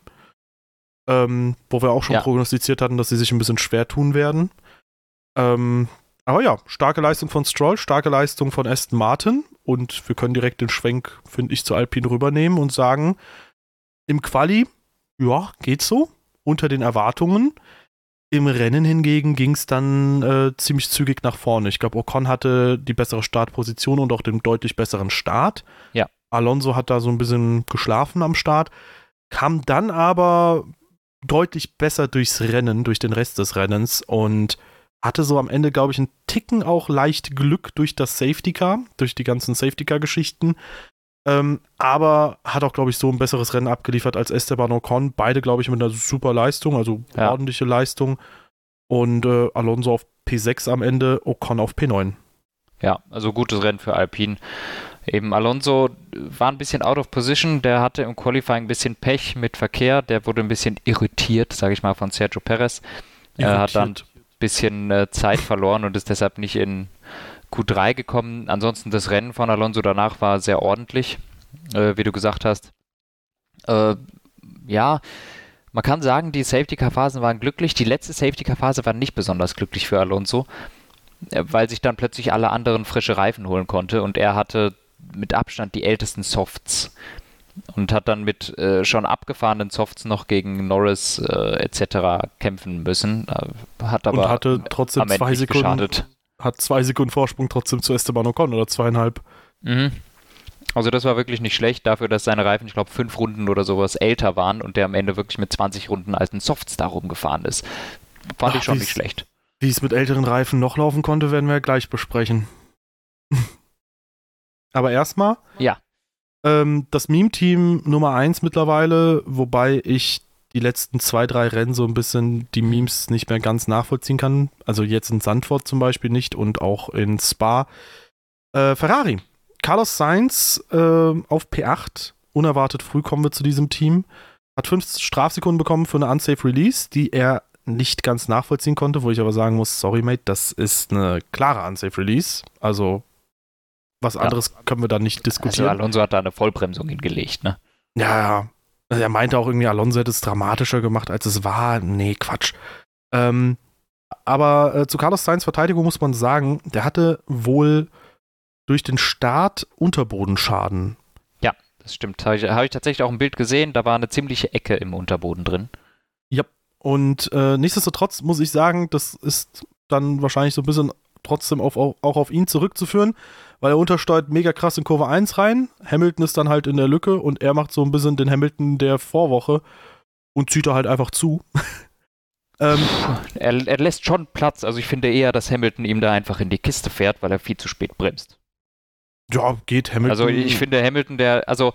Speaker 2: ähm, wo wir auch schon
Speaker 1: Ja.
Speaker 2: prognostiziert hatten, dass sie sich ein bisschen schwer tun werden. Ähm, aber ja, starke Leistung von Stroll, starke Leistung von Aston Martin und wir können direkt den Schwenk, finde ich, zu Alpine rübernehmen und sagen, im Quali, ja, geht so, unter den Erwartungen. Im Rennen hingegen ging es dann äh, ziemlich zügig nach vorne. Ich glaube, Ocon hatte die bessere Startposition und auch den deutlich besseren Start.
Speaker 1: Ja.
Speaker 2: Alonso hat da so ein bisschen geschlafen am Start, kam dann aber deutlich besser durchs Rennen, durch den Rest des Rennens und hatte so am Ende, glaube ich, einen Ticken auch leicht Glück durch das Safety Car, durch die ganzen Safety Car-Geschichten. Ähm, aber hat auch, glaube ich, so ein besseres Rennen abgeliefert als Esteban Ocon. Beide, glaube ich, mit einer super Leistung, also
Speaker 1: Ja.
Speaker 2: ordentliche Leistung. Und äh, Alonso auf P sechs am Ende, Ocon auf P neun.
Speaker 1: Ja, also gutes Rennen für Alpine. Eben Alonso war ein bisschen out of position, der hatte im Qualifying ein bisschen Pech mit Verkehr, der wurde ein bisschen irritiert, sage ich mal, von Sergio Perez. Er hat dann ein bisschen äh, Zeit verloren und ist deshalb nicht in Q drei gekommen. Ansonsten das Rennen von Alonso danach war sehr ordentlich, äh, wie du gesagt hast. Äh, ja, man kann sagen, die Safety-Car-Phasen waren glücklich. Die letzte Safety-Car-Phase war nicht besonders glücklich für Alonso, äh, weil sich dann plötzlich alle anderen frische Reifen holen konnte und er hatte mit Abstand die ältesten Softs und hat dann mit äh, schon abgefahrenen Softs noch gegen Norris äh, et cetera kämpfen müssen. Äh, hat aber
Speaker 2: und hatte trotzdem
Speaker 1: am Ende
Speaker 2: zwei
Speaker 1: nicht
Speaker 2: Sekunden
Speaker 1: geschadet.
Speaker 2: hat zwei Sekunden Vorsprung trotzdem zu Esteban Ocon oder zweieinhalb.
Speaker 1: Mhm. Also das war wirklich nicht schlecht dafür, dass seine Reifen, ich glaube, fünf Runden oder sowas älter waren und der am Ende wirklich mit zwanzig Runden alten Softstar rumgefahren ist. Fand
Speaker 2: Ach,
Speaker 1: ich schon
Speaker 2: wie's-
Speaker 1: nicht schlecht.
Speaker 2: Wie es mit älteren Reifen noch laufen konnte, werden wir ja gleich besprechen. Aber erstmal,
Speaker 1: Ja.
Speaker 2: ähm, das Meme-Team Nummer eins mittlerweile, wobei ich die letzten zwei, drei Rennen so ein bisschen die Memes nicht mehr ganz nachvollziehen kann. Also jetzt in Zandvoort zum Beispiel nicht und auch in Spa. Äh, Ferrari. Carlos Sainz äh, auf P acht. Unerwartet früh kommen wir zu diesem Team. Hat fünf Strafsekunden bekommen für eine Unsafe Release, die er nicht ganz nachvollziehen konnte, wo ich aber sagen muss, sorry mate, das ist eine klare Unsafe Release. Also was
Speaker 1: Ja.
Speaker 2: anderes können wir da nicht
Speaker 1: Also
Speaker 2: diskutieren.
Speaker 1: Alonso hat da eine Vollbremsung hingelegt, ne?
Speaker 2: Ja, ja. Also er meinte auch irgendwie, Alonso hätte es dramatischer gemacht, als es war. Nee, Quatsch. Ähm, aber äh, zu Carlos Sainz Verteidigung muss man sagen, der hatte wohl durch den Start Unterbodenschaden.
Speaker 1: Das stimmt. Habe ich, hab ich tatsächlich auch ein Bild gesehen, da war eine ziemliche Ecke im Unterboden drin.
Speaker 2: Und äh, nichtsdestotrotz muss ich sagen, das ist dann wahrscheinlich so ein bisschen trotzdem auf, auf, auch auf ihn zurückzuführen, weil er untersteuert mega krass in Kurve eins rein. Hamilton ist dann halt in der Lücke und er macht so ein bisschen den Hamilton der Vorwoche und zieht er halt einfach zu. ähm,
Speaker 1: Er, er lässt schon Platz, also ich finde eher, dass Hamilton ihm da einfach in die Kiste fährt, weil er viel zu spät bremst.
Speaker 2: ja, geht Hamilton.
Speaker 1: Also ich finde Hamilton, der, also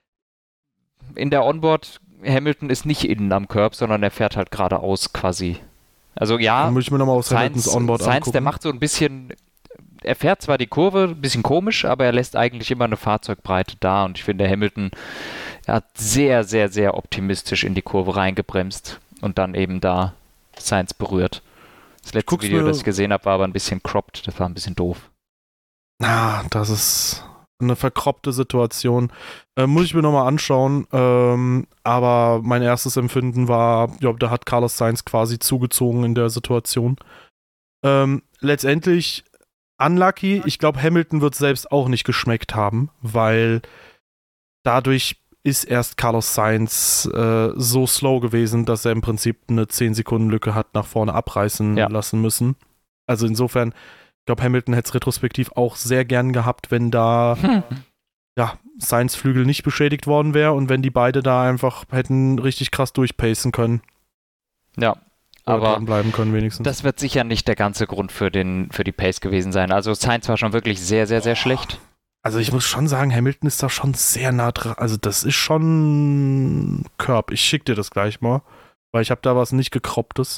Speaker 1: in der Onboard, Hamilton ist nicht innen am Curb, sondern er fährt halt geradeaus quasi. Also ja,
Speaker 2: Dann muss ich mir nochmal aus Hamiltons
Speaker 1: Sainz,
Speaker 2: Onboard
Speaker 1: Sainz,
Speaker 2: angucken.
Speaker 1: der macht so ein bisschen, er fährt zwar die Kurve, ein bisschen komisch, aber er lässt eigentlich immer eine Fahrzeugbreite da und ich finde Hamilton, er hat sehr, sehr, sehr optimistisch in die Kurve reingebremst und dann eben da Sainz berührt. Das letzte
Speaker 2: Guck's
Speaker 1: Video,
Speaker 2: mir-
Speaker 1: das ich gesehen habe, war aber ein bisschen cropped, das war ein bisschen doof.
Speaker 2: Ah, das ist eine verkroppte Situation. Äh, muss ich mir nochmal anschauen. Ähm, aber mein erstes Empfinden war, ja, da hat Carlos Sainz quasi zugezogen in der Situation. Ähm, letztendlich unlucky. Ich glaube, Hamilton wird selbst auch nicht geschmeckt haben, weil dadurch ist erst Carlos Sainz äh, so slow gewesen, dass er im Prinzip eine zehn Sekunden Lücke hat nach vorne abreißen
Speaker 1: Ja.
Speaker 2: lassen müssen. Also insofern, ich glaube, Hamilton hätte es retrospektiv auch sehr gern gehabt, wenn da ja, Sainz Flügel nicht beschädigt worden wäre und wenn die beide da einfach hätten richtig krass durchpacen können.
Speaker 1: Ja,
Speaker 2: Oder
Speaker 1: aber
Speaker 2: dranbleiben können wenigstens.
Speaker 1: das wird sicher nicht der ganze Grund für, den, für die Pace gewesen sein. Also Sainz war schon wirklich sehr, sehr, sehr schlecht.
Speaker 2: Also ich muss schon sagen, Hamilton ist da schon sehr nah dran. Also das ist schon Curb. Ich schick dir das gleich mal, weil ich habe da was nicht gekropptes.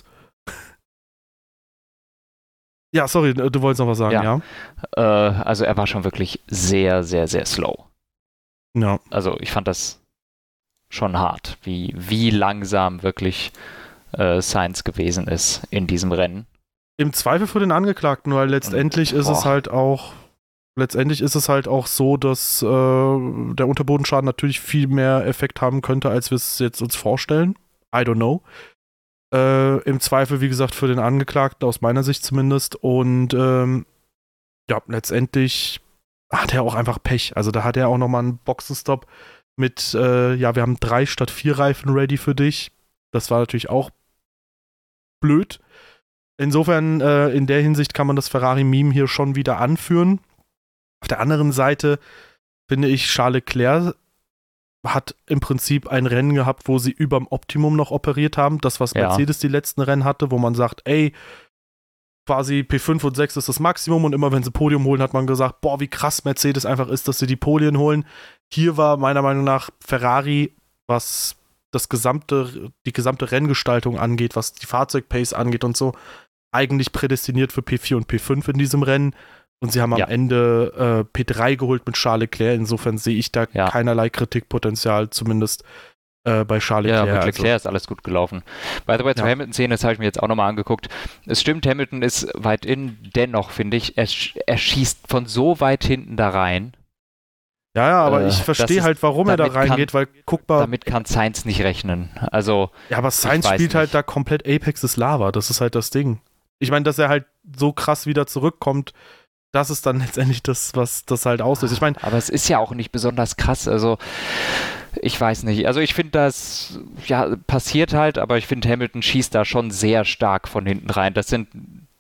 Speaker 2: Ja, sorry, du wolltest noch was sagen, ja?
Speaker 1: Ja. Äh, also er war schon wirklich sehr, sehr, sehr slow.
Speaker 2: Ja.
Speaker 1: Also ich fand das schon hart, wie, wie langsam wirklich äh, Sainz gewesen ist in diesem Rennen.
Speaker 2: Im Zweifel für den Angeklagten, weil letztendlich
Speaker 1: Und,
Speaker 2: ist es
Speaker 1: boah.
Speaker 2: halt auch letztendlich ist es halt auch so, dass äh, der Unterbodenschaden natürlich viel mehr Effekt haben könnte, als wir es jetzt uns vorstellen. I don't know. Äh, Im Zweifel, wie gesagt, für den Angeklagten, aus meiner Sicht zumindest. Und ähm, ja, letztendlich hat er auch einfach Pech. Also da hat er auch nochmal einen Boxenstopp mit, äh, ja, wir haben drei statt vier Reifen ready für dich. Das war natürlich auch blöd. Insofern, äh, in der Hinsicht kann man das Ferrari-Meme hier schon wieder anführen. Auf der anderen Seite finde ich, Charles Leclerc hat im Prinzip ein Rennen gehabt, wo sie überm Optimum noch operiert haben. Das, was
Speaker 1: Ja.
Speaker 2: Mercedes die letzten Rennen hatte, wo man sagt, ey, quasi P fünf und sechs ist das Maximum und immer wenn sie Podium holen, hat man gesagt, boah, wie krass Mercedes einfach ist, dass sie die Podien holen. Hier war meiner Meinung nach Ferrari, was das gesamte, die gesamte Renngestaltung angeht, was die Fahrzeugpace angeht und so, eigentlich prädestiniert für P vier und P fünf in diesem Rennen. Und sie haben am
Speaker 1: Ja.
Speaker 2: Ende äh, P drei geholt mit Charles Leclerc. Insofern sehe ich da
Speaker 1: Ja.
Speaker 2: keinerlei Kritikpotenzial, zumindest äh, bei Charles
Speaker 1: Ja,
Speaker 2: Leclerc.
Speaker 1: mit Leclerc ist alles gut gelaufen. By the way, zur
Speaker 2: Ja.
Speaker 1: Hamilton-Szene, das habe ich mir jetzt auch nochmal angeguckt. Es stimmt, Hamilton ist weit in, dennoch finde ich, er, sch- er schießt von so weit hinten da rein.
Speaker 2: ja, ja, aber
Speaker 1: äh,
Speaker 2: ich
Speaker 1: das
Speaker 2: verstehe
Speaker 1: ist-
Speaker 2: halt, warum er da
Speaker 1: damit kann-
Speaker 2: reingeht, weil guck mal,
Speaker 1: Damit kann Sainz nicht rechnen. Also,
Speaker 2: ja, aber Sainz
Speaker 1: weiß
Speaker 2: spielt halt
Speaker 1: nicht.
Speaker 2: da komplett Apex des Lava. Das ist halt das Ding. Ich meine, dass er halt so krass wieder zurückkommt, das ist dann letztendlich das, was das halt auslöst. Ich meine,
Speaker 1: aber es ist ja auch nicht besonders krass. Also, ich weiß nicht. Also, ich finde, das ja, passiert halt, aber ich finde, Hamilton schießt da schon sehr stark von hinten rein. Das sind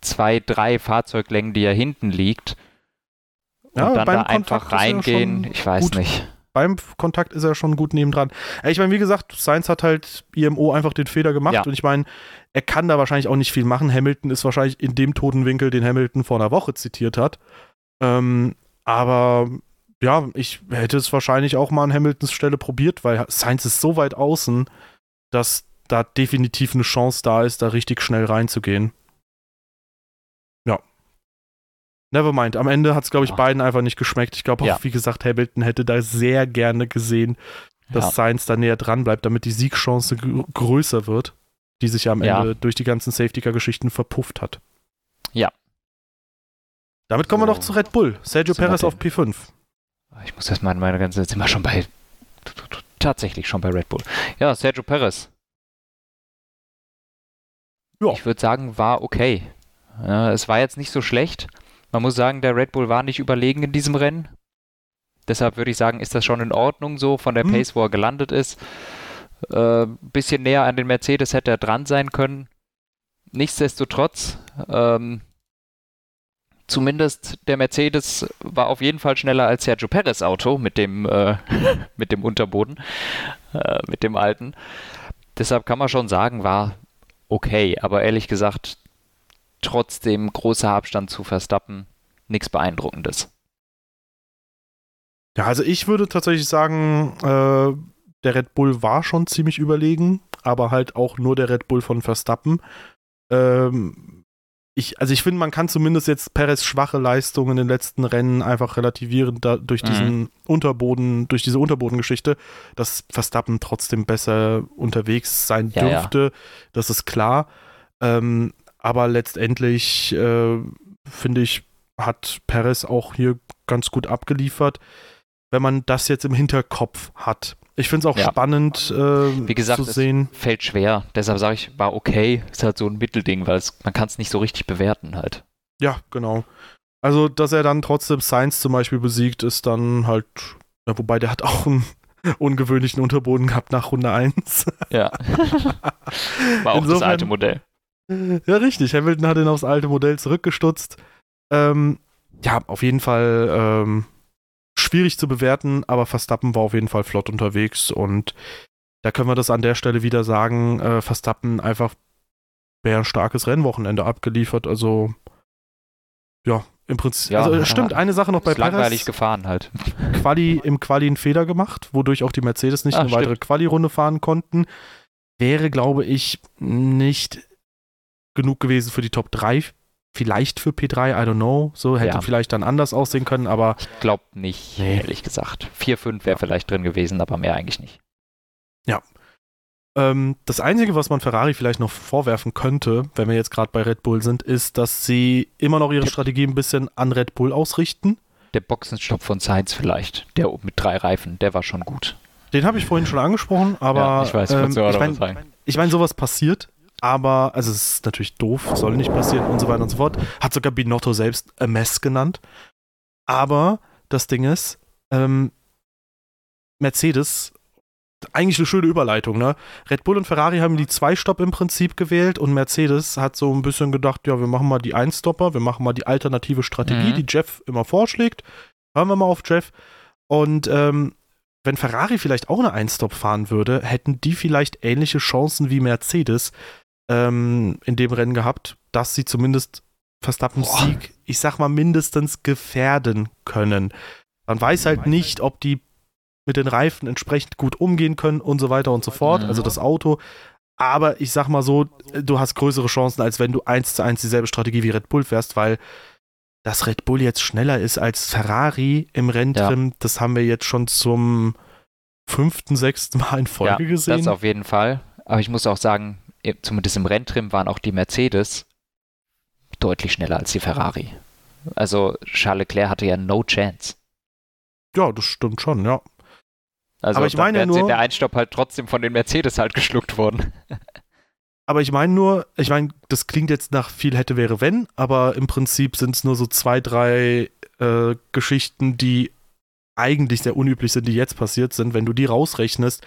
Speaker 1: zwei, drei Fahrzeuglängen, die er hinten liegt. Und
Speaker 2: Ja,
Speaker 1: dann
Speaker 2: beim
Speaker 1: da einfach
Speaker 2: Kontakt ist er
Speaker 1: reingehen,
Speaker 2: schon
Speaker 1: ich weiß
Speaker 2: gut.
Speaker 1: nicht.
Speaker 2: Beim Kontakt ist er schon gut nebendran. Ich meine, wie gesagt, Sainz hat halt I M O einfach den Fehler gemacht.
Speaker 1: Ja.
Speaker 2: Und ich meine, er kann da wahrscheinlich auch nicht viel machen. Hamilton ist wahrscheinlich in dem toten Winkel, den Hamilton vor einer Woche zitiert hat. Ähm, aber ja, ich hätte es wahrscheinlich auch mal an Hamiltons Stelle probiert, weil Sainz ist so weit außen, dass da definitiv eine Chance da ist, da richtig schnell reinzugehen. Ja. Nevermind. Am Ende hat es, glaube ich,
Speaker 1: Ja.
Speaker 2: beiden einfach nicht geschmeckt. Ich glaube auch,
Speaker 1: Ja.
Speaker 2: wie gesagt, Hamilton hätte da sehr gerne gesehen, dass
Speaker 1: Ja.
Speaker 2: Sainz da näher dran bleibt, damit die Siegchance gr- größer wird, die sich ja am
Speaker 1: Ja.
Speaker 2: Ende durch die ganzen Safety-Car-Geschichten verpufft hat.
Speaker 1: Ja.
Speaker 2: Damit kommen wir
Speaker 1: So.
Speaker 2: noch zu Red Bull. Sergio
Speaker 1: Sind wir
Speaker 2: Perez
Speaker 1: denn?
Speaker 2: auf P fünf.
Speaker 1: Ich muss erstmal in meine ganze, jetzt sind wir schon bei, tatsächlich schon bei Red Bull. Ja, Sergio Perez.
Speaker 2: Ja.
Speaker 1: Ich würde sagen, war okay. Ja, es war jetzt nicht so schlecht. Man muss sagen, der Red Bull war nicht überlegen in diesem Rennen. Deshalb würde ich sagen, ist das schon in Ordnung so, von der
Speaker 2: Hm.
Speaker 1: Pace, wo er gelandet ist. Äh, bisschen näher an den Mercedes hätte er dran sein können. Nichtsdestotrotz, ähm, zumindest der Mercedes war auf jeden Fall schneller als Sergio Perez Auto mit dem, äh, mit dem Unterboden, äh, mit dem alten. Deshalb kann man schon sagen, war okay, aber ehrlich gesagt, trotzdem großer Abstand zu Verstappen, nichts Beeindruckendes.
Speaker 2: Ja, also ich würde tatsächlich sagen, äh, der Red Bull war schon ziemlich überlegen, aber halt auch nur der Red Bull von Verstappen. Ähm, ich, also ich finde, man kann zumindest jetzt Perez schwache Leistung in den letzten Rennen einfach relativieren da, durch
Speaker 1: Mhm.
Speaker 2: diesen Unterboden, durch diese Unterbodengeschichte, dass Verstappen trotzdem besser unterwegs sein
Speaker 1: Ja, ja.
Speaker 2: dürfte. Das ist klar. Ähm, aber letztendlich äh, finde ich, hat Perez auch hier ganz gut abgeliefert, wenn man das jetzt im Hinterkopf hat. Ich finde es auch
Speaker 1: Ja.
Speaker 2: spannend äh,
Speaker 1: Wie gesagt,
Speaker 2: zu sehen.
Speaker 1: es fällt schwer. Deshalb sage ich, war okay. Ist halt so ein Mittelding, weil es, man kann es nicht so richtig bewerten halt.
Speaker 2: Ja, genau. Also, dass er dann trotzdem Sainz zum Beispiel besiegt, ist dann halt, ja, wobei der hat auch einen ungewöhnlichen Unterboden gehabt nach Runde eins.
Speaker 1: Ja. War auch das
Speaker 2: Insofern-
Speaker 1: alte Modell.
Speaker 2: Ja, richtig. Hamilton hat ihn aufs alte Modell zurückgestutzt. Ähm, ja, auf jeden Fall ähm, schwierig zu bewerten, aber Verstappen war auf jeden Fall flott unterwegs und da können wir das an der Stelle wieder sagen, äh, Verstappen einfach mehr ein starkes Rennwochenende abgeliefert, also ja, im Prinzip,
Speaker 1: Ja,
Speaker 2: also äh, stimmt,
Speaker 1: ja.
Speaker 2: eine Sache noch bei
Speaker 1: Ist langweilig
Speaker 2: Perez,
Speaker 1: gefahren halt.
Speaker 2: Quali, im Quali einen Fehler gemacht, wodurch auch die Mercedes nicht
Speaker 1: Ah,
Speaker 2: eine weitere
Speaker 1: stimmt.
Speaker 2: Quali-Runde fahren konnten, wäre, glaube ich, nicht genug gewesen für die Top drei, vielleicht für P drei, I don't know, so hätte
Speaker 1: Ja.
Speaker 2: vielleicht dann anders aussehen können, aber
Speaker 1: Ich glaube nicht,
Speaker 2: Nee.
Speaker 1: ehrlich gesagt. vier, fünf wäre vielleicht drin gewesen, aber mehr eigentlich nicht.
Speaker 2: ähm, das Einzige, was man Ferrari vielleicht noch vorwerfen könnte, wenn wir jetzt gerade bei Red Bull sind, ist, dass sie immer noch ihre
Speaker 1: Tipp.
Speaker 2: Strategie ein bisschen an Red Bull ausrichten.
Speaker 1: Der Boxenstopp von Sainz vielleicht, der mit drei Reifen, der war schon gut.
Speaker 2: Den habe ich vorhin schon angesprochen, aber
Speaker 1: ja, ich weiß, ich
Speaker 2: ähm,
Speaker 1: wollte auch
Speaker 2: ich
Speaker 1: noch
Speaker 2: mein,
Speaker 1: was sagen.
Speaker 2: Ich meine, sowas passiert, aber, also es ist natürlich doof, soll nicht passieren und so weiter und so fort. Hat sogar Binotto selbst a mess genannt. Aber das Ding ist, ähm, Mercedes, eigentlich eine schöne Überleitung, ne? Red Bull und Ferrari haben die Zwei-Stopp im Prinzip gewählt und Mercedes hat so ein bisschen gedacht, ja, wir machen mal die Ein-Stopper, wir machen mal die alternative Strategie,
Speaker 1: Mhm.
Speaker 2: die Jeff immer vorschlägt. Hören wir mal auf Jeff. Und ähm, wenn Ferrari vielleicht auch eine Ein-Stop fahren würde, hätten die vielleicht ähnliche Chancen wie Mercedes ähm, in dem Rennen gehabt, dass sie zumindest Verstappens
Speaker 1: Boah.
Speaker 2: Sieg, ich sag mal, mindestens gefährden können. Man weiß halt nicht, ob die mit den Reifen entsprechend gut umgehen können und so weiter und so fort,
Speaker 1: Mhm.
Speaker 2: also das Auto. Aber ich sag mal so, du hast größere Chancen, als wenn du eins zu eins dieselbe Strategie wie Red Bull fährst, weil dass Red Bull jetzt schneller ist als Ferrari im Renntrim, das haben wir jetzt schon zum fünften, sechsten Mal in Folge
Speaker 1: ja,
Speaker 2: gesehen.
Speaker 1: das auf jeden Fall. Aber ich muss auch sagen, zumindest im Renntrim waren auch die Mercedes deutlich schneller als die Ferrari. Also Charles Leclerc hatte ja no chance.
Speaker 2: Ja, das stimmt schon, ja.
Speaker 1: Also
Speaker 2: Aber ich
Speaker 1: dann
Speaker 2: meine
Speaker 1: wären sie
Speaker 2: nur-
Speaker 1: in der Einstopp halt trotzdem von den Mercedes halt geschluckt worden.
Speaker 2: Aber ich meine nur, ich meine, das klingt jetzt nach viel hätte, wäre, wenn, aber im Prinzip sind es nur so zwei, drei äh, Geschichten, die eigentlich sehr unüblich sind, die jetzt passiert sind. Wenn du die rausrechnest,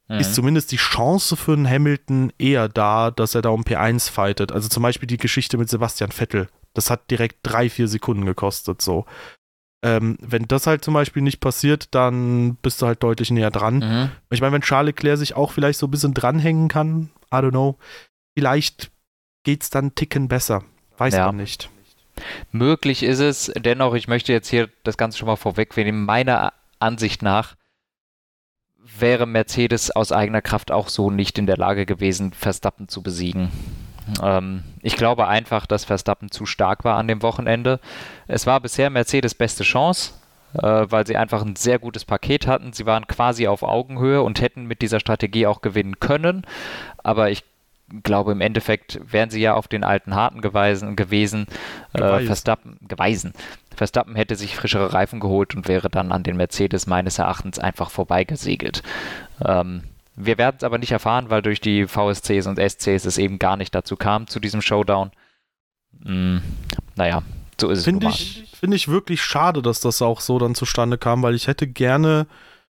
Speaker 1: Mhm.
Speaker 2: ist zumindest die Chance für einen Hamilton eher da, dass er da um P eins fightet. Also zum Beispiel die Geschichte mit Sebastian Vettel. Das hat direkt drei, vier Sekunden gekostet, so. Ähm, wenn das halt zum Beispiel nicht passiert, dann bist du halt deutlich näher dran.
Speaker 1: Mhm.
Speaker 2: Ich meine, wenn Charles Leclerc sich auch vielleicht so ein bisschen dranhängen kann, I don't know, vielleicht geht's dann einen Ticken besser. Weiß
Speaker 1: Ja.
Speaker 2: man nicht.
Speaker 1: Möglich ist es, dennoch, ich möchte jetzt hier das Ganze schon mal vorwegnehmen, meiner Ansicht nach wäre Mercedes aus eigener Kraft auch so nicht in der Lage gewesen, Verstappen zu besiegen. Ähm, ich glaube einfach, dass Verstappen zu stark war an dem Wochenende. Es war bisher Mercedes' beste Chance, äh, weil sie einfach ein sehr gutes Paket hatten. Sie waren quasi auf Augenhöhe und hätten mit dieser Strategie auch gewinnen können. Aber ich glaube, im Endeffekt wären sie ja auf den alten Harten geweisen, gewesen. Äh,
Speaker 2: Geweisen.
Speaker 1: Verstappen, geweisen. Verstappen hätte sich frischere Reifen geholt und wäre dann an den Mercedes meines Erachtens einfach vorbeigesegelt. Ähm, wir werden es aber nicht erfahren, weil durch die V S Cs und S Cs es eben gar nicht dazu kam, zu diesem Showdown. Hm, naja, so ist es nun
Speaker 2: Finde
Speaker 1: mal.
Speaker 2: ich, finde ich wirklich schade, dass das auch so dann zustande kam, weil ich hätte gerne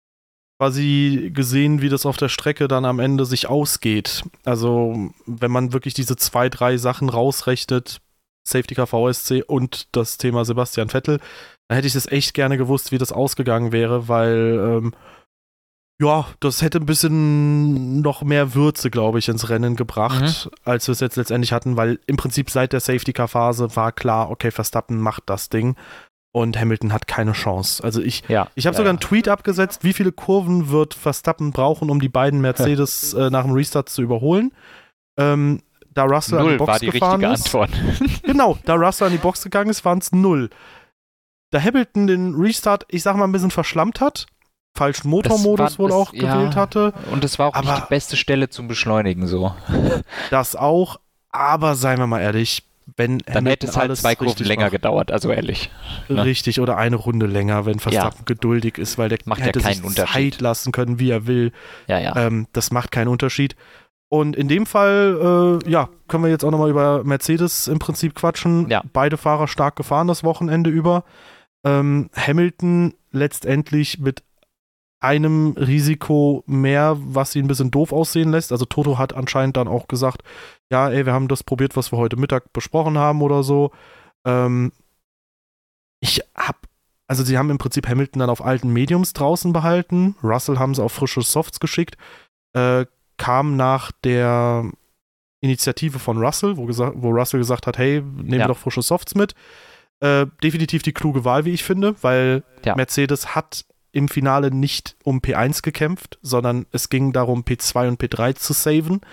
Speaker 2: quasi gesehen, wie das auf der Strecke dann am Ende sich ausgeht. Also, wenn man wirklich diese zwei, drei Sachen rausrechnet, Safety Car, V S C und das Thema Sebastian Vettel, dann hätte ich das echt gerne gewusst, wie das ausgegangen wäre, weil ähm, ja, das hätte ein bisschen noch mehr Würze, glaube ich, ins Rennen gebracht,
Speaker 1: Mhm.
Speaker 2: als wir es jetzt letztendlich hatten, weil im Prinzip seit der Safety Car Phase war klar, okay, Verstappen macht das Ding und Hamilton hat keine Chance. Also ich
Speaker 1: Ja,
Speaker 2: ich habe
Speaker 1: ja,
Speaker 2: sogar
Speaker 1: ja.
Speaker 2: einen Tweet abgesetzt, wie viele Kurven wird Verstappen brauchen, um die beiden Mercedes äh, nach dem Restart zu überholen. Ähm, da Russell an die
Speaker 1: Null
Speaker 2: Box
Speaker 1: war die
Speaker 2: gefahren
Speaker 1: richtige
Speaker 2: ist.
Speaker 1: Antwort.
Speaker 2: Genau, da Russell an die Box gegangen ist, waren es null. Da Hamilton den Restart, ich sag mal, ein bisschen verschlammt hat, falschen Motormodus
Speaker 1: war-
Speaker 2: wohl
Speaker 1: das-
Speaker 2: auch
Speaker 1: ja.
Speaker 2: gewählt hatte,
Speaker 1: Und es war auch nicht
Speaker 2: Aber-
Speaker 1: die beste Stelle zum Beschleunigen so.
Speaker 2: das auch. Aber seien wir mal ehrlich, wenn
Speaker 1: Dann hätte es halt
Speaker 2: alles
Speaker 1: zwei Kurven
Speaker 2: richtig
Speaker 1: länger
Speaker 2: macht,
Speaker 1: gedauert, also ehrlich. ne?
Speaker 2: richtig, oder eine Runde länger, wenn Verstappen geduldig ist, weil der
Speaker 1: Macht ja
Speaker 2: hätte
Speaker 1: keinen
Speaker 2: sich
Speaker 1: Unterschied.
Speaker 2: Zeit lassen können, wie er will.
Speaker 1: Ja, ja.
Speaker 2: Ähm, das macht keinen Unterschied. Und in dem Fall, äh, ja, können wir jetzt auch nochmal über Mercedes im Prinzip quatschen.
Speaker 1: Ja.
Speaker 2: Beide Fahrer stark gefahren das Wochenende über. Ähm, Hamilton letztendlich mit einem Risiko mehr, was ihn ein bisschen doof aussehen lässt. Also Toto hat anscheinend dann auch gesagt, ja, ey, wir haben das probiert, was wir heute Mittag besprochen haben oder so. Ähm, ich hab, also sie haben im Prinzip Hamilton dann auf alten Mediums draußen behalten. Russell haben sie auf frische Softs geschickt. Äh, kam nach der Initiative von Russell, wo, gesagt, wo Russell gesagt hat, hey, nehmen
Speaker 1: Ja.
Speaker 2: wir doch frische Softs mit. Äh, definitiv die kluge Wahl, wie ich finde, weil
Speaker 1: Ja.
Speaker 2: Mercedes hat im Finale nicht um P eins gekämpft, sondern es ging darum, P zwei und P drei zu saven.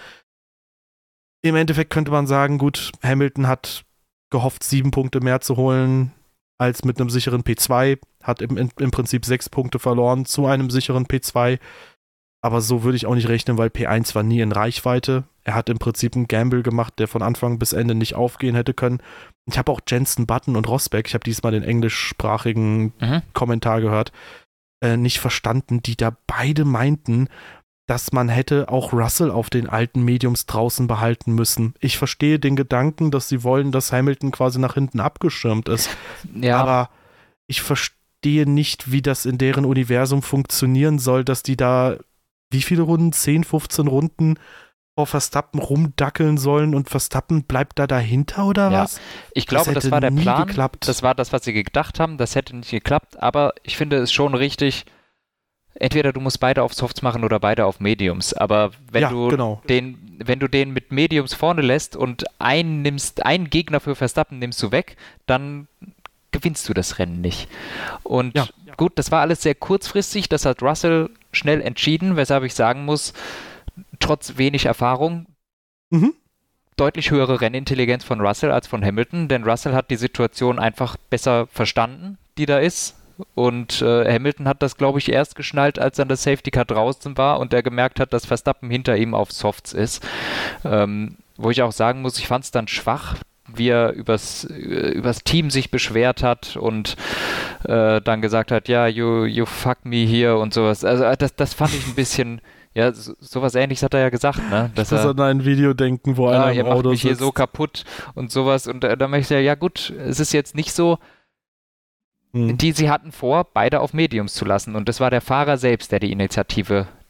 Speaker 2: Im Endeffekt könnte man sagen, gut, Hamilton hat gehofft, sieben Punkte mehr zu holen als mit einem sicheren P zwei, hat im, im Prinzip sechs Punkte verloren zu einem sicheren P zwei. Aber so würde ich auch nicht rechnen, weil P eins war nie in Reichweite. Er hat im Prinzip einen Gamble gemacht, der von Anfang bis Ende nicht aufgehen hätte können. Ich habe auch Jensen Button und Rosberg, ich habe diesmal den englischsprachigen
Speaker 1: Mhm.
Speaker 2: Kommentar gehört, äh, nicht verstanden, die da beide meinten, dass man hätte auch Russell auf den alten Mediums draußen behalten müssen. Ich verstehe den Gedanken, dass sie wollen, dass Hamilton quasi nach hinten abgeschirmt ist.
Speaker 1: Ja,
Speaker 2: Aber ich verstehe nicht, wie das in deren Universum funktionieren soll, dass die da wie viele Runden? zehn, fünfzehn Runden vor Verstappen rumdackeln sollen und Verstappen bleibt da dahinter oder
Speaker 1: Ja.
Speaker 2: was?
Speaker 1: ich glaube, das,
Speaker 2: hätte
Speaker 1: war der
Speaker 2: nie
Speaker 1: Plan.
Speaker 2: geklappt.
Speaker 1: Das war das, was sie gedacht haben. Das hätte nicht geklappt, aber ich finde es schon richtig. Entweder du musst beide auf Softs machen oder beide auf Mediums. Aber wenn
Speaker 2: Ja,
Speaker 1: du
Speaker 2: genau.
Speaker 1: den, wenn du den mit Mediums vorne lässt und einen nimmst, einen Gegner für Verstappen nimmst du weg, dann gewinnst du das Rennen nicht. Und
Speaker 2: Ja.
Speaker 1: gut, das war alles sehr kurzfristig. Das hat Russell schnell entschieden, weshalb ich sagen muss, trotz wenig Erfahrung,
Speaker 2: Mhm.
Speaker 1: deutlich höhere Rennintelligenz von Russell als von Hamilton, denn Russell hat die Situation einfach besser verstanden, die da ist. Und äh, Hamilton hat das, glaube ich, erst geschnallt, als dann das Safety Car draußen war und er gemerkt hat, dass Verstappen hinter ihm auf Softs ist. Ähm, wo ich auch sagen muss, ich fand es dann schwach, wie er übers, äh, übers Team sich beschwert hat und äh, dann gesagt hat, ja, you, you fuck me hier und sowas. Also äh, das, das fand ich ein bisschen, ja, so, sowas Ähnliches hat er ja gesagt, ne? Dass
Speaker 2: Ich muss
Speaker 1: er,
Speaker 2: an ein Video denken, wo
Speaker 1: ja,
Speaker 2: einer
Speaker 1: ihr
Speaker 2: im
Speaker 1: macht
Speaker 2: Auto
Speaker 1: mich hier
Speaker 2: sitzt.
Speaker 1: so kaputt und sowas. Und äh, da möchte ich sagen, ja gut, es ist jetzt nicht so,
Speaker 2: Mhm.
Speaker 1: die sie hatten vor, beide auf Mediums zu lassen. Und das war der Fahrer selbst, der die Initiative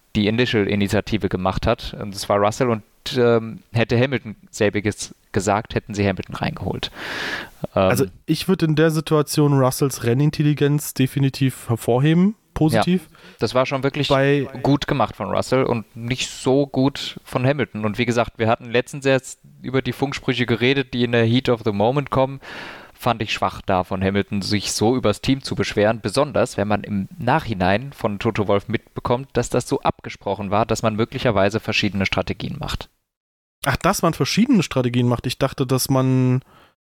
Speaker 1: die Initial-Initiative gemacht hat. Und das war Russell und ähm, hätte Hamilton selbiges gesagt, hätten sie Hamilton reingeholt. Ähm,
Speaker 2: also ich würde in der Situation Russells Rennintelligenz definitiv hervorheben, positiv.
Speaker 1: Ja, das war schon wirklich
Speaker 2: Bei,
Speaker 1: gut gemacht von Russell und nicht so gut von Hamilton. Und wie gesagt, wir hatten letztens jetzt über die Funksprüche geredet, die in der Heat of the Moment kommen. Fand ich schwach da von Hamilton, sich so übers Team zu beschweren, besonders wenn man im Nachhinein von Toto Wolff mitbekommt, dass das so abgesprochen war, dass man möglicherweise verschiedene Strategien macht.
Speaker 2: Ach, dass man verschiedene Strategien macht. Ich dachte, dass man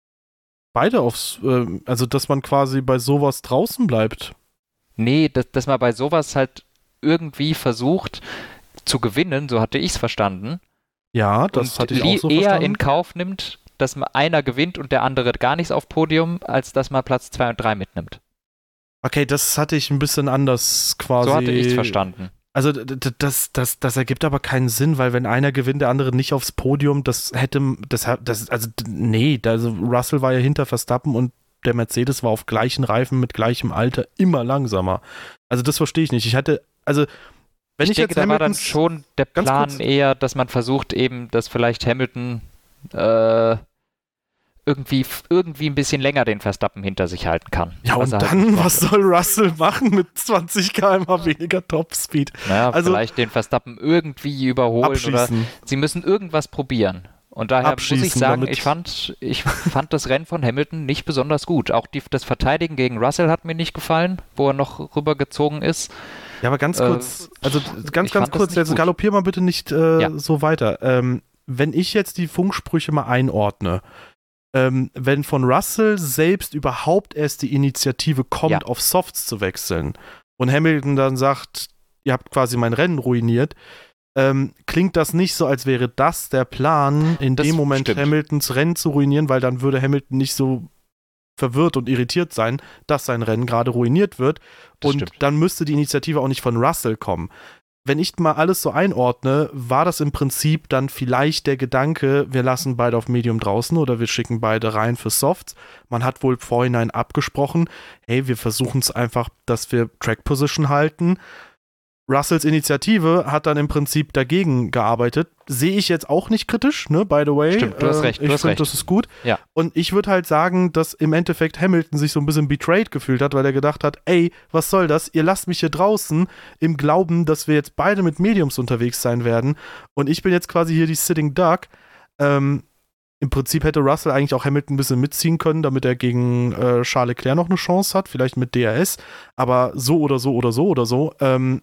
Speaker 2: beide aufs, äh, also dass man quasi bei sowas draußen bleibt.
Speaker 1: Nee, dass, dass man bei sowas halt irgendwie versucht zu gewinnen, so hatte ich es verstanden.
Speaker 2: Ja, das hatte ich auch so
Speaker 1: eher
Speaker 2: verstanden.
Speaker 1: in Kauf nimmt, dass man einer gewinnt und der andere gar nichts auf Podium, als dass man Platz zwei und drei mitnimmt.
Speaker 2: Okay, das hatte ich ein bisschen anders quasi.
Speaker 1: So hatte ich es verstanden.
Speaker 2: Also das, das, das ergibt aber keinen Sinn, weil wenn einer gewinnt, der andere nicht aufs Podium, das hätte, das, das also nee, also Russell war ja hinter Verstappen und der Mercedes war auf gleichen Reifen mit gleichem Alter immer langsamer. Also das verstehe ich nicht. Ich hatte, also wenn
Speaker 1: ich,
Speaker 2: ich
Speaker 1: denke,
Speaker 2: jetzt
Speaker 1: da war dann
Speaker 2: Hamiltons,
Speaker 1: schon der Plan eher, dass man versucht eben, dass vielleicht Hamilton äh, irgendwie, irgendwie ein bisschen länger den Verstappen hinter sich halten kann.
Speaker 2: Ja, und
Speaker 1: halt
Speaker 2: dann, was soll Russell machen mit zwanzig Kilometer pro Stunde weniger Topspeed?
Speaker 1: Naja,
Speaker 2: also,
Speaker 1: vielleicht den Verstappen irgendwie überholen
Speaker 2: abschießen.
Speaker 1: Oder sie müssen irgendwas probieren. Und daher muss ich sagen, ich fand, ich fand das Rennen von Hamilton nicht besonders gut. Auch die, das Verteidigen gegen Russell hat mir nicht gefallen, wo er noch rübergezogen ist.
Speaker 2: Ja, aber ganz kurz, äh, also ganz, ganz kurz, jetzt
Speaker 1: gut.
Speaker 2: galoppier mal bitte nicht äh,
Speaker 1: ja.
Speaker 2: so weiter. Ähm, wenn ich jetzt die Funksprüche mal einordne, ähm, wenn von Russell selbst überhaupt erst die Initiative kommt, ja. auf Softs zu wechseln und Hamilton dann sagt, ihr habt quasi mein Rennen ruiniert, ähm, klingt das nicht so, als wäre das der Plan, in das dem Moment stimmt. Hamiltons Rennen zu ruinieren, weil dann würde Hamilton nicht so verwirrt und irritiert sein, dass sein Rennen gerade ruiniert wird. Das und stimmt. Dann müsste die Initiative auch nicht von Russell kommen. Wenn ich mal alles so einordne, war das im Prinzip dann vielleicht der Gedanke, wir lassen beide auf Medium draußen oder wir schicken beide rein für Softs. Man hat wohl vorhinein abgesprochen, hey, wir versuchen es einfach, dass wir Track Position halten. Russells Initiative hat dann im Prinzip dagegen gearbeitet. Sehe ich jetzt auch nicht kritisch, ne, by the way.
Speaker 1: Stimmt, du hast recht.
Speaker 2: Ich finde, das ist gut.
Speaker 1: Ja.
Speaker 2: Und ich würde halt sagen, dass im Endeffekt Hamilton sich so ein bisschen betrayed gefühlt hat, weil er gedacht hat, ey, was soll das? Ihr lasst mich hier draußen im Glauben, dass wir jetzt beide mit Mediums unterwegs sein werden. Und ich bin jetzt quasi hier die Sitting Duck. Ähm, Im Prinzip hätte Russell eigentlich auch Hamilton ein bisschen mitziehen können, damit er gegen äh, Charles Leclerc noch eine Chance hat, vielleicht mit D R S. Aber so oder so oder so oder so. Ähm,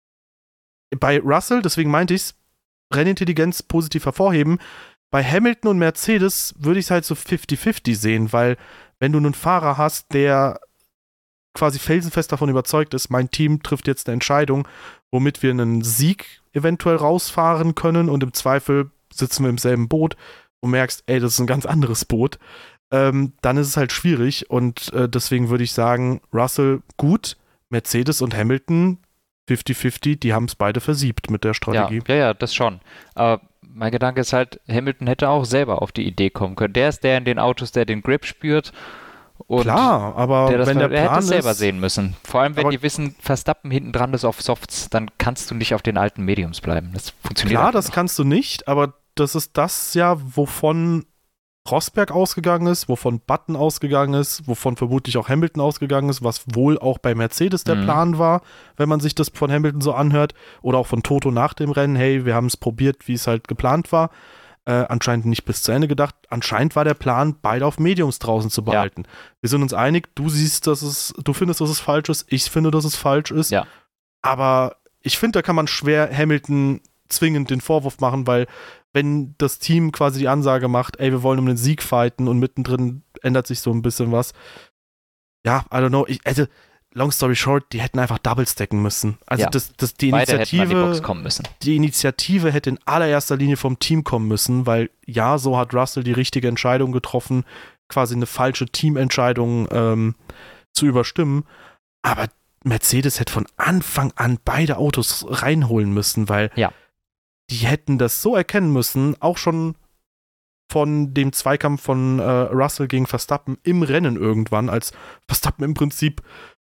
Speaker 2: Bei Russell, deswegen meinte ich es, Rennintelligenz positiv hervorheben. Bei Hamilton und Mercedes würde ich es halt so fifty fifty sehen, weil wenn du einen Fahrer hast, der quasi felsenfest davon überzeugt ist, mein Team trifft jetzt eine Entscheidung, womit wir einen Sieg eventuell rausfahren können und im Zweifel sitzen wir im selben Boot und merkst, ey, das ist ein ganz anderes Boot, ähm, dann ist es halt schwierig und äh, deswegen würde ich sagen, Russell gut, Mercedes und Hamilton fifty fifty, die haben es beide versiebt mit der Strategie.
Speaker 1: Ja, ja, ja, das schon. Aber mein Gedanke ist halt, Hamilton hätte auch selber auf die Idee kommen können. Der ist der in den Autos, der den Grip spürt. Und
Speaker 2: klar, aber
Speaker 1: der das
Speaker 2: wenn der
Speaker 1: er
Speaker 2: Plan
Speaker 1: hätte es selber
Speaker 2: ist,
Speaker 1: sehen müssen. Vor allem, wenn die wissen, Verstappen hinten dran ist auf Softs, dann kannst du nicht auf den alten Mediums bleiben. Das funktioniert
Speaker 2: klar, das
Speaker 1: noch.
Speaker 2: kannst du nicht, aber das ist das ja, wovon Rosberg ausgegangen ist, wovon Button ausgegangen ist, wovon vermutlich auch Hamilton ausgegangen ist, was wohl auch bei Mercedes der mhm. Plan war, wenn man sich das von Hamilton so anhört, oder auch von Toto nach dem Rennen, hey, wir haben es probiert, wie es halt geplant war. Äh, anscheinend nicht bis zu Ende gedacht. Anscheinend war der Plan, beide auf Mediums draußen zu behalten. Ja. Wir sind uns einig, du siehst, dass es, du findest, dass es falsch ist, ich finde, dass es falsch ist.
Speaker 1: Ja.
Speaker 2: Aber ich finde, da kann man schwer Hamilton zwingend den Vorwurf machen, weil wenn das Team quasi die Ansage macht, ey, wir wollen um den Sieg fighten und mittendrin ändert sich so ein bisschen was. Ja, I don't know. Ich, also, long story short, die hätten einfach double stacken müssen. Also
Speaker 1: ja.
Speaker 2: das, das, die
Speaker 1: Beide
Speaker 2: Initiative,
Speaker 1: hätten an die Box kommen müssen.
Speaker 2: Die Initiative hätte in allererster Linie vom Team kommen müssen, weil ja, so hat Russell die richtige Entscheidung getroffen, quasi eine falsche Teamentscheidung ähm, zu überstimmen. Aber Mercedes hätte von Anfang an beide Autos reinholen müssen, weil
Speaker 1: ja.
Speaker 2: die hätten das so erkennen müssen, auch schon von dem Zweikampf von äh, Russell gegen Verstappen im Rennen irgendwann, als Verstappen im Prinzip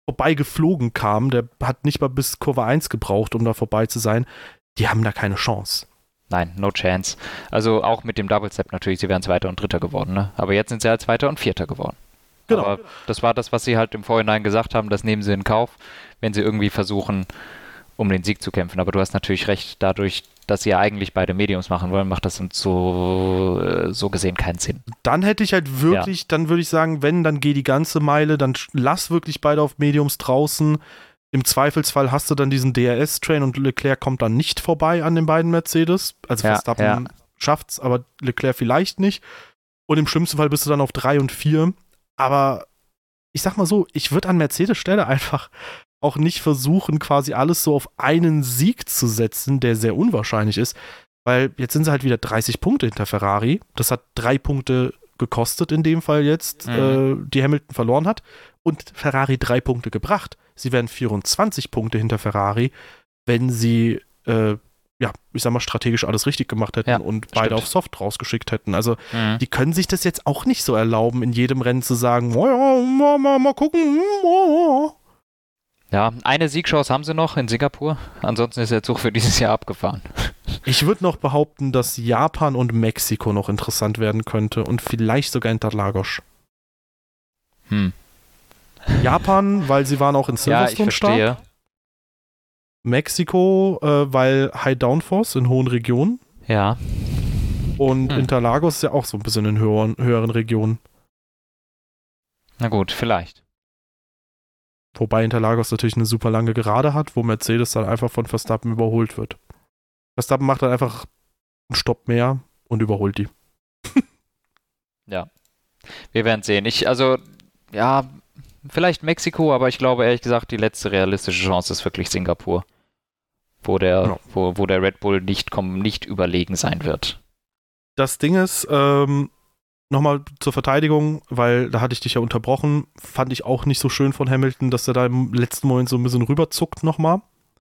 Speaker 2: vorbeigeflogen kam, der hat nicht mal bis Kurve eins gebraucht, um da vorbei zu sein, die haben da keine Chance.
Speaker 1: Nein, no chance. Also auch mit dem Double Step natürlich, sie wären Zweiter und Dritter geworden, ne? Aber jetzt sind sie halt Zweiter und Vierter geworden.
Speaker 2: Genau.
Speaker 1: Aber das war das, was sie halt im Vorhinein gesagt haben, das nehmen sie in Kauf, wenn sie irgendwie versuchen, um den Sieg zu kämpfen. Aber du hast natürlich recht, dadurch, dass sie ja eigentlich beide Mediums machen wollen, macht das uns so, so gesehen keinen Sinn.
Speaker 2: Dann hätte ich halt wirklich, ja. dann würde ich sagen, wenn, dann geh die ganze Meile, dann lass wirklich beide auf Mediums draußen. Im Zweifelsfall hast du dann diesen D R S-Train und Leclerc kommt dann nicht vorbei an den beiden Mercedes. Also
Speaker 1: ja,
Speaker 2: Verstappen
Speaker 1: ja.
Speaker 2: schafft's, aber Leclerc vielleicht nicht. Und im schlimmsten Fall bist du dann auf drei und vier. Aber ich sag mal so, ich würde an Mercedes Stelle einfach auch nicht versuchen, quasi alles so auf einen Sieg zu setzen, der sehr unwahrscheinlich ist. Weil jetzt sind sie halt wieder dreißig Punkte hinter Ferrari. Das hat drei Punkte gekostet in dem Fall jetzt, mhm. äh, die Hamilton verloren hat. Und Ferrari drei Punkte gebracht. Sie wären vierundzwanzig Punkte hinter Ferrari, wenn sie, äh, ja, ich sag mal, strategisch alles richtig gemacht hätten ja, und beide stimmt. auf Soft rausgeschickt hätten. Also, mhm. die können sich das jetzt auch nicht so erlauben, in jedem Rennen zu sagen, oh ja, mal, mal, mal gucken. Oh.
Speaker 1: Ja, eine Siegchance haben sie noch in Singapur. Ansonsten ist der Zug für dieses Jahr abgefahren.
Speaker 2: Ich würde noch behaupten, dass Japan und Mexiko noch interessant werden könnte und vielleicht sogar Interlagos.
Speaker 1: Hm.
Speaker 2: Japan, weil sie waren auch in Silverstone
Speaker 1: ja, ich verstehe.
Speaker 2: stark. Mexiko, äh, weil High Downforce in hohen Regionen.
Speaker 1: Ja.
Speaker 2: Und
Speaker 1: hm.
Speaker 2: Interlagos ist ja auch so ein bisschen in höheren, höheren Regionen.
Speaker 1: Na gut, vielleicht.
Speaker 2: Wobei Interlagos natürlich eine super lange Gerade hat, wo Mercedes dann einfach von Verstappen überholt wird. Verstappen macht dann einfach einen Stopp mehr und überholt die.
Speaker 1: Ja. Wir werden sehen. Ich, also, ja, vielleicht Mexiko, aber ich glaube ehrlich gesagt, die letzte realistische Chance ist wirklich Singapur. Wo der, ja. wo, wo der Red Bull nicht, komm, nicht überlegen sein wird.
Speaker 2: Das Ding ist, ähm, nochmal zur Verteidigung, weil da hatte ich dich ja unterbrochen, fand ich auch nicht so schön von Hamilton, dass er da im letzten Moment so ein bisschen rüberzuckt nochmal.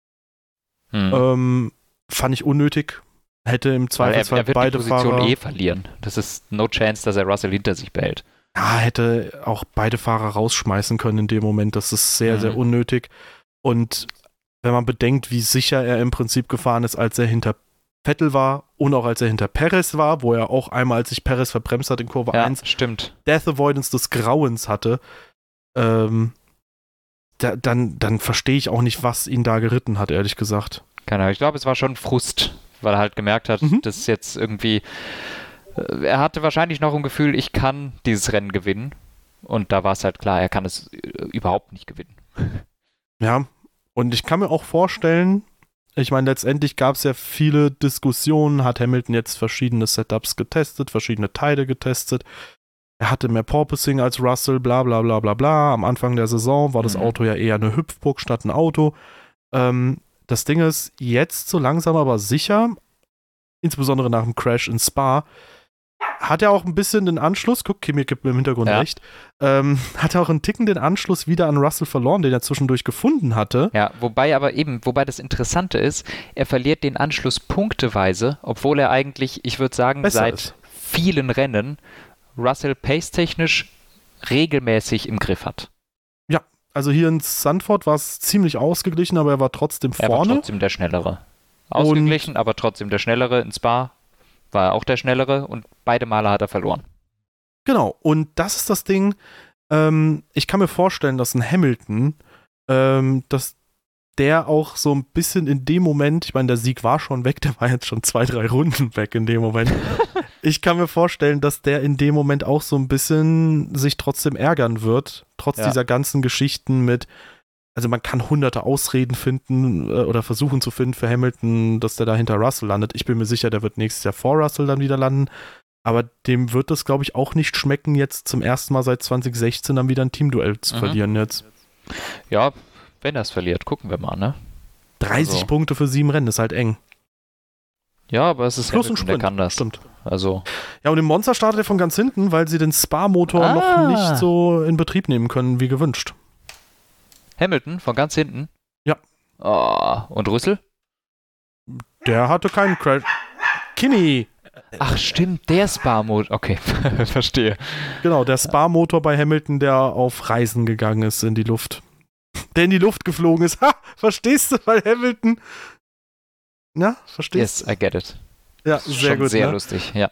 Speaker 2: Hm. Ähm, fand ich unnötig. Hätte im Zweifelsfall
Speaker 1: er, er wird
Speaker 2: beide
Speaker 1: die Position
Speaker 2: Fahrer
Speaker 1: eh verlieren. Das ist no chance, dass er Russell hinter sich behält.
Speaker 2: Ja, hätte auch beide Fahrer rausschmeißen können in dem Moment. Das ist sehr, mhm. sehr unnötig. Und wenn man bedenkt, wie sicher er im Prinzip gefahren ist, als er hinter Vettel war und auch als er hinter Perez war, wo er auch einmal, als sich Perez verbremst hat in Kurve
Speaker 1: ja,
Speaker 2: eins,
Speaker 1: stimmt.
Speaker 2: Death Avoidance des Grauens hatte, ähm, da, dann, dann verstehe ich auch nicht, was ihn da geritten hat, ehrlich gesagt.
Speaker 1: Keine Ahnung, ich glaube, es war schon Frust, weil er halt gemerkt hat, mhm. dass jetzt irgendwie äh, er hatte wahrscheinlich noch ein Gefühl, ich kann dieses Rennen gewinnen. Und da war es halt klar, er kann es überhaupt nicht gewinnen.
Speaker 2: Ja, und ich kann mir auch vorstellen, ich meine, letztendlich gab es ja viele Diskussionen, hat Hamilton jetzt verschiedene Setups getestet, verschiedene Teile getestet. Er hatte mehr Porpoising als Russell, bla bla bla bla bla. Am Anfang der Saison war das mhm. Auto ja eher eine Hüpfburg statt ein Auto. Ähm, das Ding ist, jetzt so langsam aber sicher, insbesondere nach dem Crash in Spa, hat er auch ein bisschen den Anschluss, guck, Kimi gibt mir im Hintergrund ja. recht, ähm, hat er auch einen Ticken den Anschluss wieder an Russell verloren, den er zwischendurch gefunden hatte.
Speaker 1: Ja, wobei aber eben, wobei das Interessante ist, er verliert den Anschluss punkteweise, obwohl er eigentlich, ich würde sagen,
Speaker 2: Besser
Speaker 1: seit
Speaker 2: ist.
Speaker 1: vielen Rennen Russell pace-technisch regelmäßig im Griff hat.
Speaker 2: Ja, also hier in Zandvoort war es ziemlich ausgeglichen, aber er war trotzdem vorne.
Speaker 1: Er war trotzdem der Schnellere. Ausgeglichen, und aber trotzdem der Schnellere. In Spa war er auch der Schnellere und beide Male hat er verloren.
Speaker 2: Genau, und das ist das Ding, ähm, ich kann mir vorstellen, dass ein Hamilton, ähm, dass der auch so ein bisschen in dem Moment, ich meine, der Sieg war schon weg, der war jetzt schon zwei, drei Runden weg in dem Moment. Ich kann mir vorstellen, dass der in dem Moment auch so ein bisschen sich trotzdem ärgern wird, trotz ja. dieser ganzen Geschichten mit, also man kann hunderte Ausreden finden äh, oder versuchen zu finden für Hamilton, dass der da hinter Russell landet. Ich bin mir sicher, der wird nächstes Jahr vor Russell dann wieder landen. Aber dem wird es, glaube ich, auch nicht schmecken, jetzt zum ersten Mal seit zwanzig sechzehn dann wieder ein Teamduell zu mhm. verlieren jetzt.
Speaker 1: Ja, wenn er es verliert, gucken wir mal, ne?
Speaker 2: dreißig also. Punkte für sieben Rennen ist halt eng.
Speaker 1: Ja, aber es ist
Speaker 2: Plus
Speaker 1: Hamilton,
Speaker 2: ein Sprint,
Speaker 1: der kann das.
Speaker 2: Stimmt.
Speaker 1: Also.
Speaker 2: Ja, und im Monster startet er von ganz hinten, weil sie den Spa-Motor ah. noch nicht so in Betrieb nehmen können, wie gewünscht.
Speaker 1: Hamilton von ganz hinten?
Speaker 2: Ja.
Speaker 1: Oh, und Russell?
Speaker 2: Der hatte keinen Crash. Kimi!
Speaker 1: Ach stimmt, der Spa-Motor. Okay, verstehe.
Speaker 2: Genau, der Spa-Motor bei Hamilton, der auf Reisen gegangen ist in die Luft. der in die Luft geflogen ist. Ha, verstehst du? Weil Hamilton... Ja, verstehst
Speaker 1: du? Yes, I get it.
Speaker 2: Ja, sehr
Speaker 1: Schon
Speaker 2: gut.
Speaker 1: Sehr
Speaker 2: ne?
Speaker 1: lustig, ja.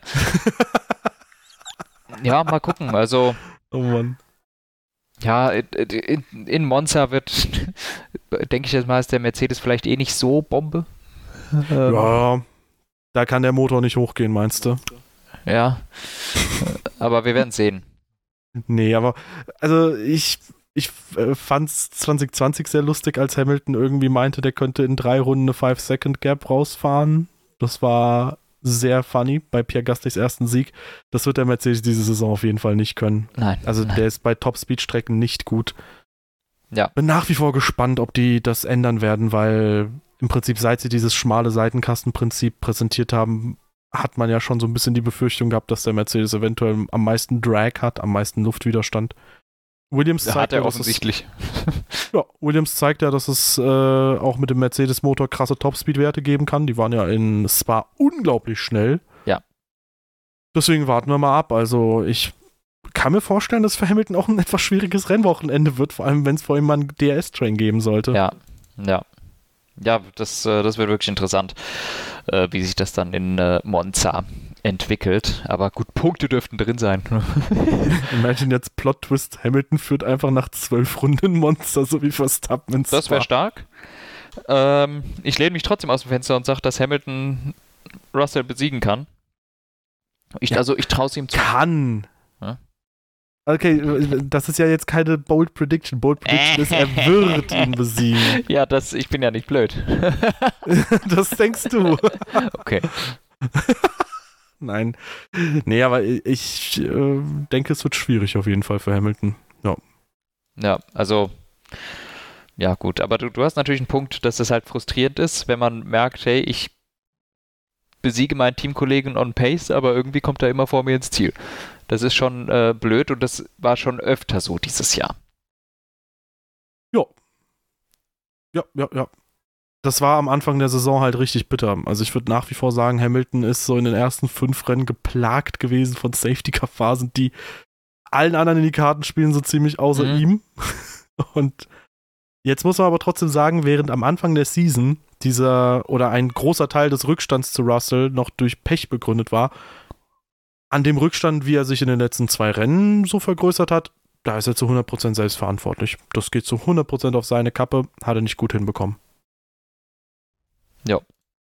Speaker 1: Ja, mal gucken. Also...
Speaker 2: Oh Mann.
Speaker 1: Ja, in, in Monza wird, denke ich jetzt mal, ist der Mercedes vielleicht eh nicht so Bombe.
Speaker 2: Ähm. Ja, da kann der Motor nicht hochgehen, meinst du?
Speaker 1: Ja, aber wir werden sehen.
Speaker 2: Nee, aber also ich, ich äh, fand es zwanzig zwanzig sehr lustig, als Hamilton irgendwie meinte, der könnte in drei Runden eine five-Second-Gap rausfahren. Das war sehr funny bei Pierre Gasly's ersten Sieg. Das wird der Mercedes diese Saison auf jeden Fall nicht können.
Speaker 1: Nein.
Speaker 2: Also
Speaker 1: nein.
Speaker 2: der ist bei Top-Speed-Strecken nicht gut.
Speaker 1: Ja.
Speaker 2: Bin nach wie vor gespannt, ob die das ändern werden, weil im Prinzip, seit sie dieses schmale Seitenkastenprinzip präsentiert haben, hat man ja schon so ein bisschen die Befürchtung gehabt, dass der Mercedes eventuell am meisten Drag hat, am meisten Luftwiderstand. Williams
Speaker 1: ja,
Speaker 2: zeigt
Speaker 1: hat er
Speaker 2: ja,
Speaker 1: offensichtlich.
Speaker 2: Es, ja, Williams zeigt ja, dass es äh, auch mit dem Mercedes-Motor krasse Topspeed-Werte geben kann. Die waren ja in Spa unglaublich schnell.
Speaker 1: Ja.
Speaker 2: Deswegen warten wir mal ab. Also ich kann mir vorstellen, dass für Hamilton auch ein etwas schwieriges Rennwochenende wird, vor allem wenn es vor ihm mal einen D R S-Train geben sollte.
Speaker 1: Ja, ja. Ja, das, das wird wirklich interessant, äh, wie sich das dann in äh, Monza entwickelt. Aber gut, Punkte dürften drin sein.
Speaker 2: Imagine jetzt Plot-Twist, Hamilton führt einfach nach zwölf Runden Monza, so wie Verstappen ins
Speaker 1: Das wäre stark. Ähm, ich lehne mich trotzdem aus dem Fenster und sage, dass Hamilton Russell besiegen kann. Ich,
Speaker 2: ja,
Speaker 1: also ich traue es ihm zu.
Speaker 2: Kann.
Speaker 1: Ja?
Speaker 2: Okay, das ist ja jetzt keine Bold Prediction. Bold Prediction ist, er wird ihn besiegen.
Speaker 1: Ja, das, ich bin ja nicht blöd.
Speaker 2: Das denkst du.
Speaker 1: Okay.
Speaker 2: Nein. Nee, aber ich äh, denke, es wird schwierig auf jeden Fall für Hamilton. Ja.
Speaker 1: Ja, also ja gut, aber du, du hast natürlich einen Punkt, dass das halt frustrierend ist, wenn man merkt, hey, ich besiege meinen Teamkollegen on Pace, aber irgendwie kommt er immer vor mir ins Ziel. Das ist schon äh, blöd und das war schon öfter so dieses Jahr.
Speaker 2: Ja. Ja, ja, ja. Das war am Anfang der Saison halt richtig bitter. Also ich würde nach wie vor sagen, Hamilton ist so in den ersten fünf Rennen geplagt gewesen von Safety-Car-Phasen, die allen anderen in die Karten spielen, so ziemlich außer
Speaker 1: mhm.
Speaker 2: ihm. Und jetzt muss man aber trotzdem sagen, während am Anfang der Season dieser oder ein großer Teil des Rückstands zu Russell noch durch Pech begründet war, an dem Rückstand, wie er sich in den letzten zwei Rennen so vergrößert hat, da ist er zu hundert Prozent selbst verantwortlich. Das geht zu hundert Prozent auf seine Kappe, hat er nicht gut hinbekommen.
Speaker 1: Ja.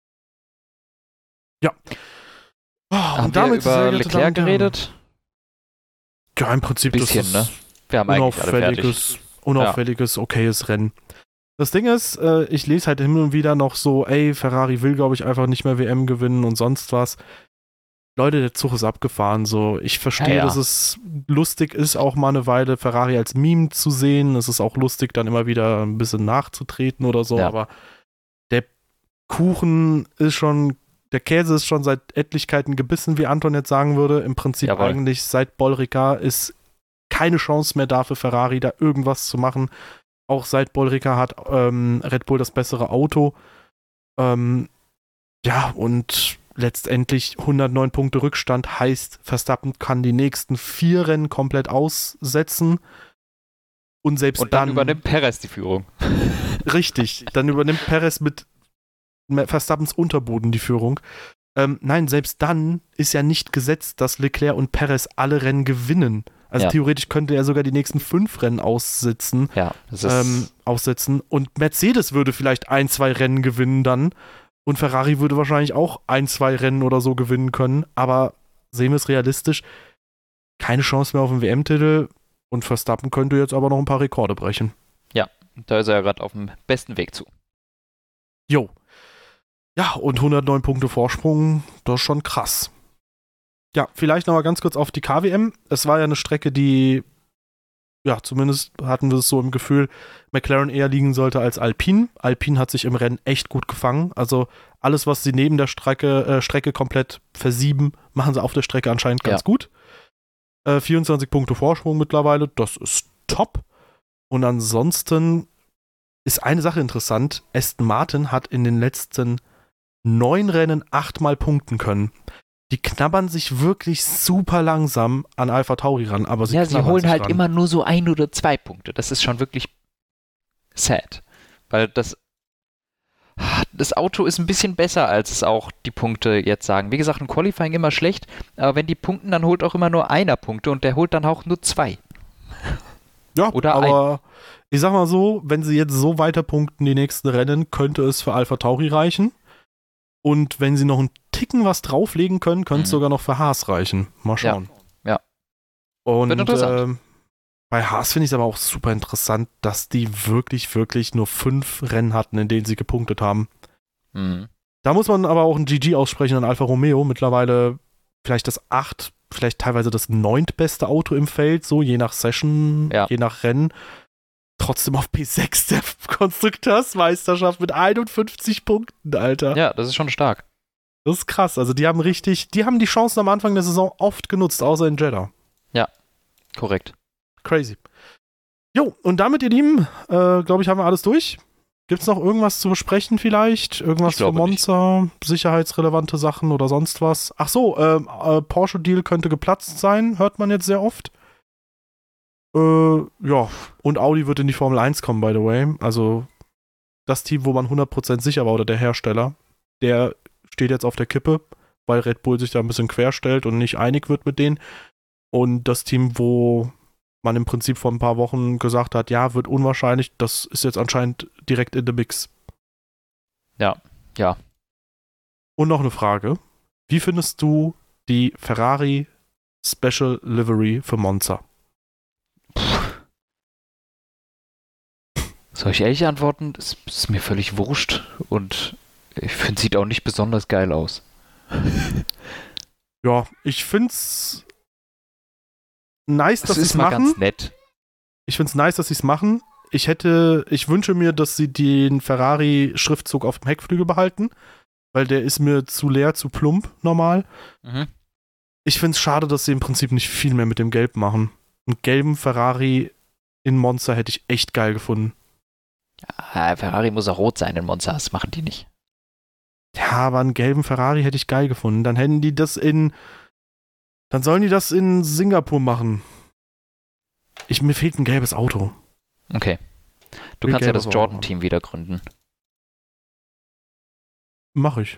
Speaker 2: Ja. Oh,
Speaker 1: haben
Speaker 2: und damit
Speaker 1: wir über Leclerc geredet?
Speaker 2: Ja, im Prinzip
Speaker 1: bisschen,
Speaker 2: das
Speaker 1: ne? Wir haben
Speaker 2: unauffälliges, unauffälliges, ja. okayes Rennen. Das Ding ist, äh, ich lese halt hin und wieder noch so, ey, Ferrari will, glaube ich, einfach nicht mehr W M gewinnen und sonst was. Leute, der Zug ist abgefahren, so. Ich verstehe, ja, ja. dass es lustig ist, auch mal eine Weile Ferrari als Meme zu sehen. Es ist auch lustig, dann immer wieder ein bisschen nachzutreten oder so, ja. aber der Kuchen ist schon, der Käse ist schon seit Etlichkeiten gebissen, wie Anton jetzt sagen würde. Im Prinzip Jawohl. eigentlich seit Paul Ricard ist keine Chance mehr da für Ferrari, da irgendwas zu machen. Auch seit Paul Ricard hat ähm, Red Bull das bessere Auto. Ähm, ja, und letztendlich hundertneun Punkte Rückstand heißt, Verstappen kann die nächsten vier Rennen komplett aussetzen. Und selbst
Speaker 1: und dann,
Speaker 2: dann
Speaker 1: übernimmt Perez die Führung.
Speaker 2: Richtig, dann übernimmt Perez mit Verstappens Unterboden die Führung. Ähm, nein, selbst dann ist ja nicht gesetzt, dass Leclerc und Perez alle Rennen gewinnen. Also ja. theoretisch könnte er sogar die nächsten fünf Rennen aussitzen,
Speaker 1: ja, das ist
Speaker 2: ähm, aussetzen. Und Mercedes würde vielleicht ein, zwei Rennen gewinnen dann. Und Ferrari würde wahrscheinlich auch ein, zwei Rennen oder so gewinnen können. Aber sehen wir es realistisch, keine Chance mehr auf den W M-Titel. Und Verstappen könnte jetzt aber noch ein paar Rekorde brechen.
Speaker 1: Ja, da ist er ja gerade auf dem besten Weg zu.
Speaker 2: Jo. Ja, und hundertneun Punkte Vorsprung, das ist schon krass. Ja, vielleicht noch mal ganz kurz auf die K W M. Es war ja eine Strecke, die, ja, zumindest hatten wir es so im Gefühl, McLaren eher liegen sollte als Alpine. Alpine hat sich im Rennen echt gut gefangen. Also alles, was sie neben der Strecke, äh, Strecke komplett versieben, machen sie auf der Strecke anscheinend ganz ja. gut. Äh, vierundzwanzig Punkte Vorsprung mittlerweile, das ist top. Und ansonsten ist eine Sache interessant. Aston Martin hat in den letzten neun Rennen achtmal punkten können. Die knabbern sich wirklich super langsam an Alpha Tauri ran, aber sie
Speaker 1: Ja, sie
Speaker 2: knabbern
Speaker 1: holen
Speaker 2: sich
Speaker 1: halt
Speaker 2: ran.
Speaker 1: immer nur so ein oder zwei Punkte. Das ist schon wirklich sad. Weil das, das Auto ist ein bisschen besser, als es auch die Punkte jetzt sagen. Wie gesagt, im Qualifying immer schlecht, aber wenn die punkten, dann holt auch immer nur einer Punkte und der holt dann auch nur zwei.
Speaker 2: Ja,
Speaker 1: Oder
Speaker 2: aber ich sag mal so, wenn sie jetzt so weiter punkten die nächsten Rennen, könnte es für AlphaTauri reichen. Und wenn sie noch einen Ticken was drauflegen können, könnte es
Speaker 1: Mhm.
Speaker 2: sogar noch für Haas reichen. Mal schauen.
Speaker 1: Ja.
Speaker 2: Und
Speaker 1: Wird interessant.
Speaker 2: ähm, bei Haas finde ich es aber auch super interessant, dass die wirklich, wirklich nur fünf Rennen hatten, in denen sie gepunktet haben.
Speaker 1: Mhm.
Speaker 2: Da muss man aber auch ein G G aussprechen an Alfa Romeo. Mittlerweile vielleicht das acht, vielleicht teilweise das neuntbeste Auto im Feld, so je nach Session,
Speaker 1: Ja.
Speaker 2: je nach Rennen. Trotzdem auf P sechs der Konstrukteursmeisterschaft mit einundfünfzig Punkten, Alter.
Speaker 1: Ja, das ist schon stark.
Speaker 2: Das ist krass. Also die haben richtig, die haben die Chancen am Anfang der Saison oft genutzt, außer in Jeddah.
Speaker 1: Korrekt.
Speaker 2: Crazy. Jo, und damit, ihr Lieben, äh, glaube ich, haben wir alles durch. Gibt es noch irgendwas zu besprechen vielleicht? Irgendwas
Speaker 1: Ich
Speaker 2: für
Speaker 1: glaube
Speaker 2: Monza? Sicherheitsrelevante Sachen oder sonst was? Ach so, ähm, äh, Porsche-Deal könnte geplatzt sein, hört man jetzt sehr oft. Äh, ja, und Audi wird in die Formel eins kommen, by the way. Also das Team, wo man hundert Prozent sicher war, oder der Hersteller, der steht jetzt auf der Kippe, weil Red Bull sich da ein bisschen querstellt und nicht einig wird mit denen. Und das Team, wo man im Prinzip vor ein paar Wochen gesagt hat, ja, wird unwahrscheinlich, das ist jetzt anscheinend direkt in the mix.
Speaker 1: Ja, ja.
Speaker 2: Und noch eine Frage. Wie findest du die Ferrari Special Livery für Monza?
Speaker 1: Soll ich ehrlich antworten? Das ist mir völlig wurscht und ich finde, sieht auch nicht besonders geil aus.
Speaker 2: Ja, ich find's nice,
Speaker 1: Das
Speaker 2: dass sie
Speaker 1: ist
Speaker 2: es
Speaker 1: mal
Speaker 2: machen.
Speaker 1: ganz nett.
Speaker 2: Ich find's nice, dass sie es machen. Ich hätte, ich wünsche mir, dass sie den Ferrari-Schriftzug auf dem Heckflügel behalten, weil der ist mir zu leer, zu plump normal.
Speaker 1: Mhm.
Speaker 2: Ich find's schade, dass sie im Prinzip nicht viel mehr mit dem Gelb machen. Einen gelben Ferrari in Monza hätte ich echt geil gefunden.
Speaker 1: Ja, Ferrari muss auch rot sein in Monza, das machen die nicht.
Speaker 2: Ja, aber einen gelben Ferrari hätte ich geil gefunden. Dann hätten die das in, dann sollen die das in Singapur machen. Ich, mir fehlt ein gelbes Auto.
Speaker 1: Okay. Du
Speaker 2: Will
Speaker 1: kannst ja das
Speaker 2: gelbe
Speaker 1: Jordan-Team wieder gründen.
Speaker 2: Mach ich.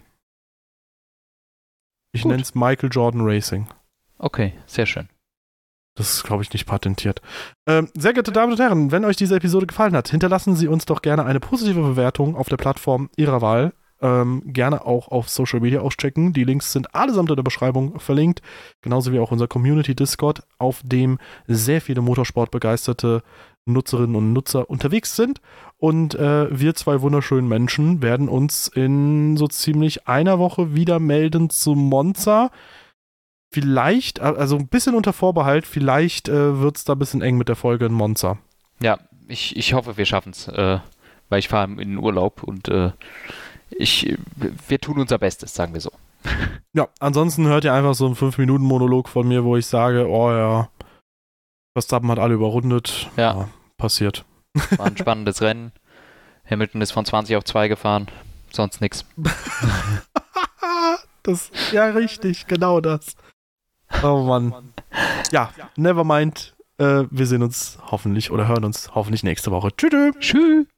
Speaker 2: Ich
Speaker 1: Gut.
Speaker 2: nenne es Michael Jordan Racing.
Speaker 1: Okay, sehr schön.
Speaker 2: Das ist, glaube ich, nicht patentiert. Ähm, sehr geehrte Damen und Herren, wenn euch diese Episode gefallen hat, hinterlassen Sie uns doch gerne eine positive Bewertung auf der Plattform Ihrer Wahl. Ähm, gerne auch auf Social Media auschecken. Die Links sind allesamt in der Beschreibung verlinkt. Genauso wie auch unser Community Discord, auf dem sehr viele Motorsportbegeisterte Nutzerinnen und Nutzer unterwegs sind. Und äh, wir zwei wunderschönen Menschen werden uns in so ziemlich einer Woche wieder melden zu Monza. Vielleicht, also ein bisschen unter Vorbehalt, vielleicht äh, wird es da ein bisschen eng mit der Folge in Monza.
Speaker 1: Ja, ich, ich hoffe, wir schaffen es, äh, weil ich fahre in den Urlaub und äh, ich, wir tun unser Bestes, sagen wir so.
Speaker 2: Ja, ansonsten hört ihr einfach so einen fünf Minuten Monolog von mir, wo ich sage, oh ja, Verstappen hat alle überrundet.
Speaker 1: Ja.
Speaker 2: Ja, passiert.
Speaker 1: War ein spannendes Rennen. Hamilton ist von zwanzig auf zwei gefahren, sonst nichts.
Speaker 2: Das, ja, richtig, genau das. Oh Mann. Ja, never mind. Äh, wir sehen uns hoffentlich oder hören uns hoffentlich nächste Woche. Tschüss.
Speaker 1: Tschüss.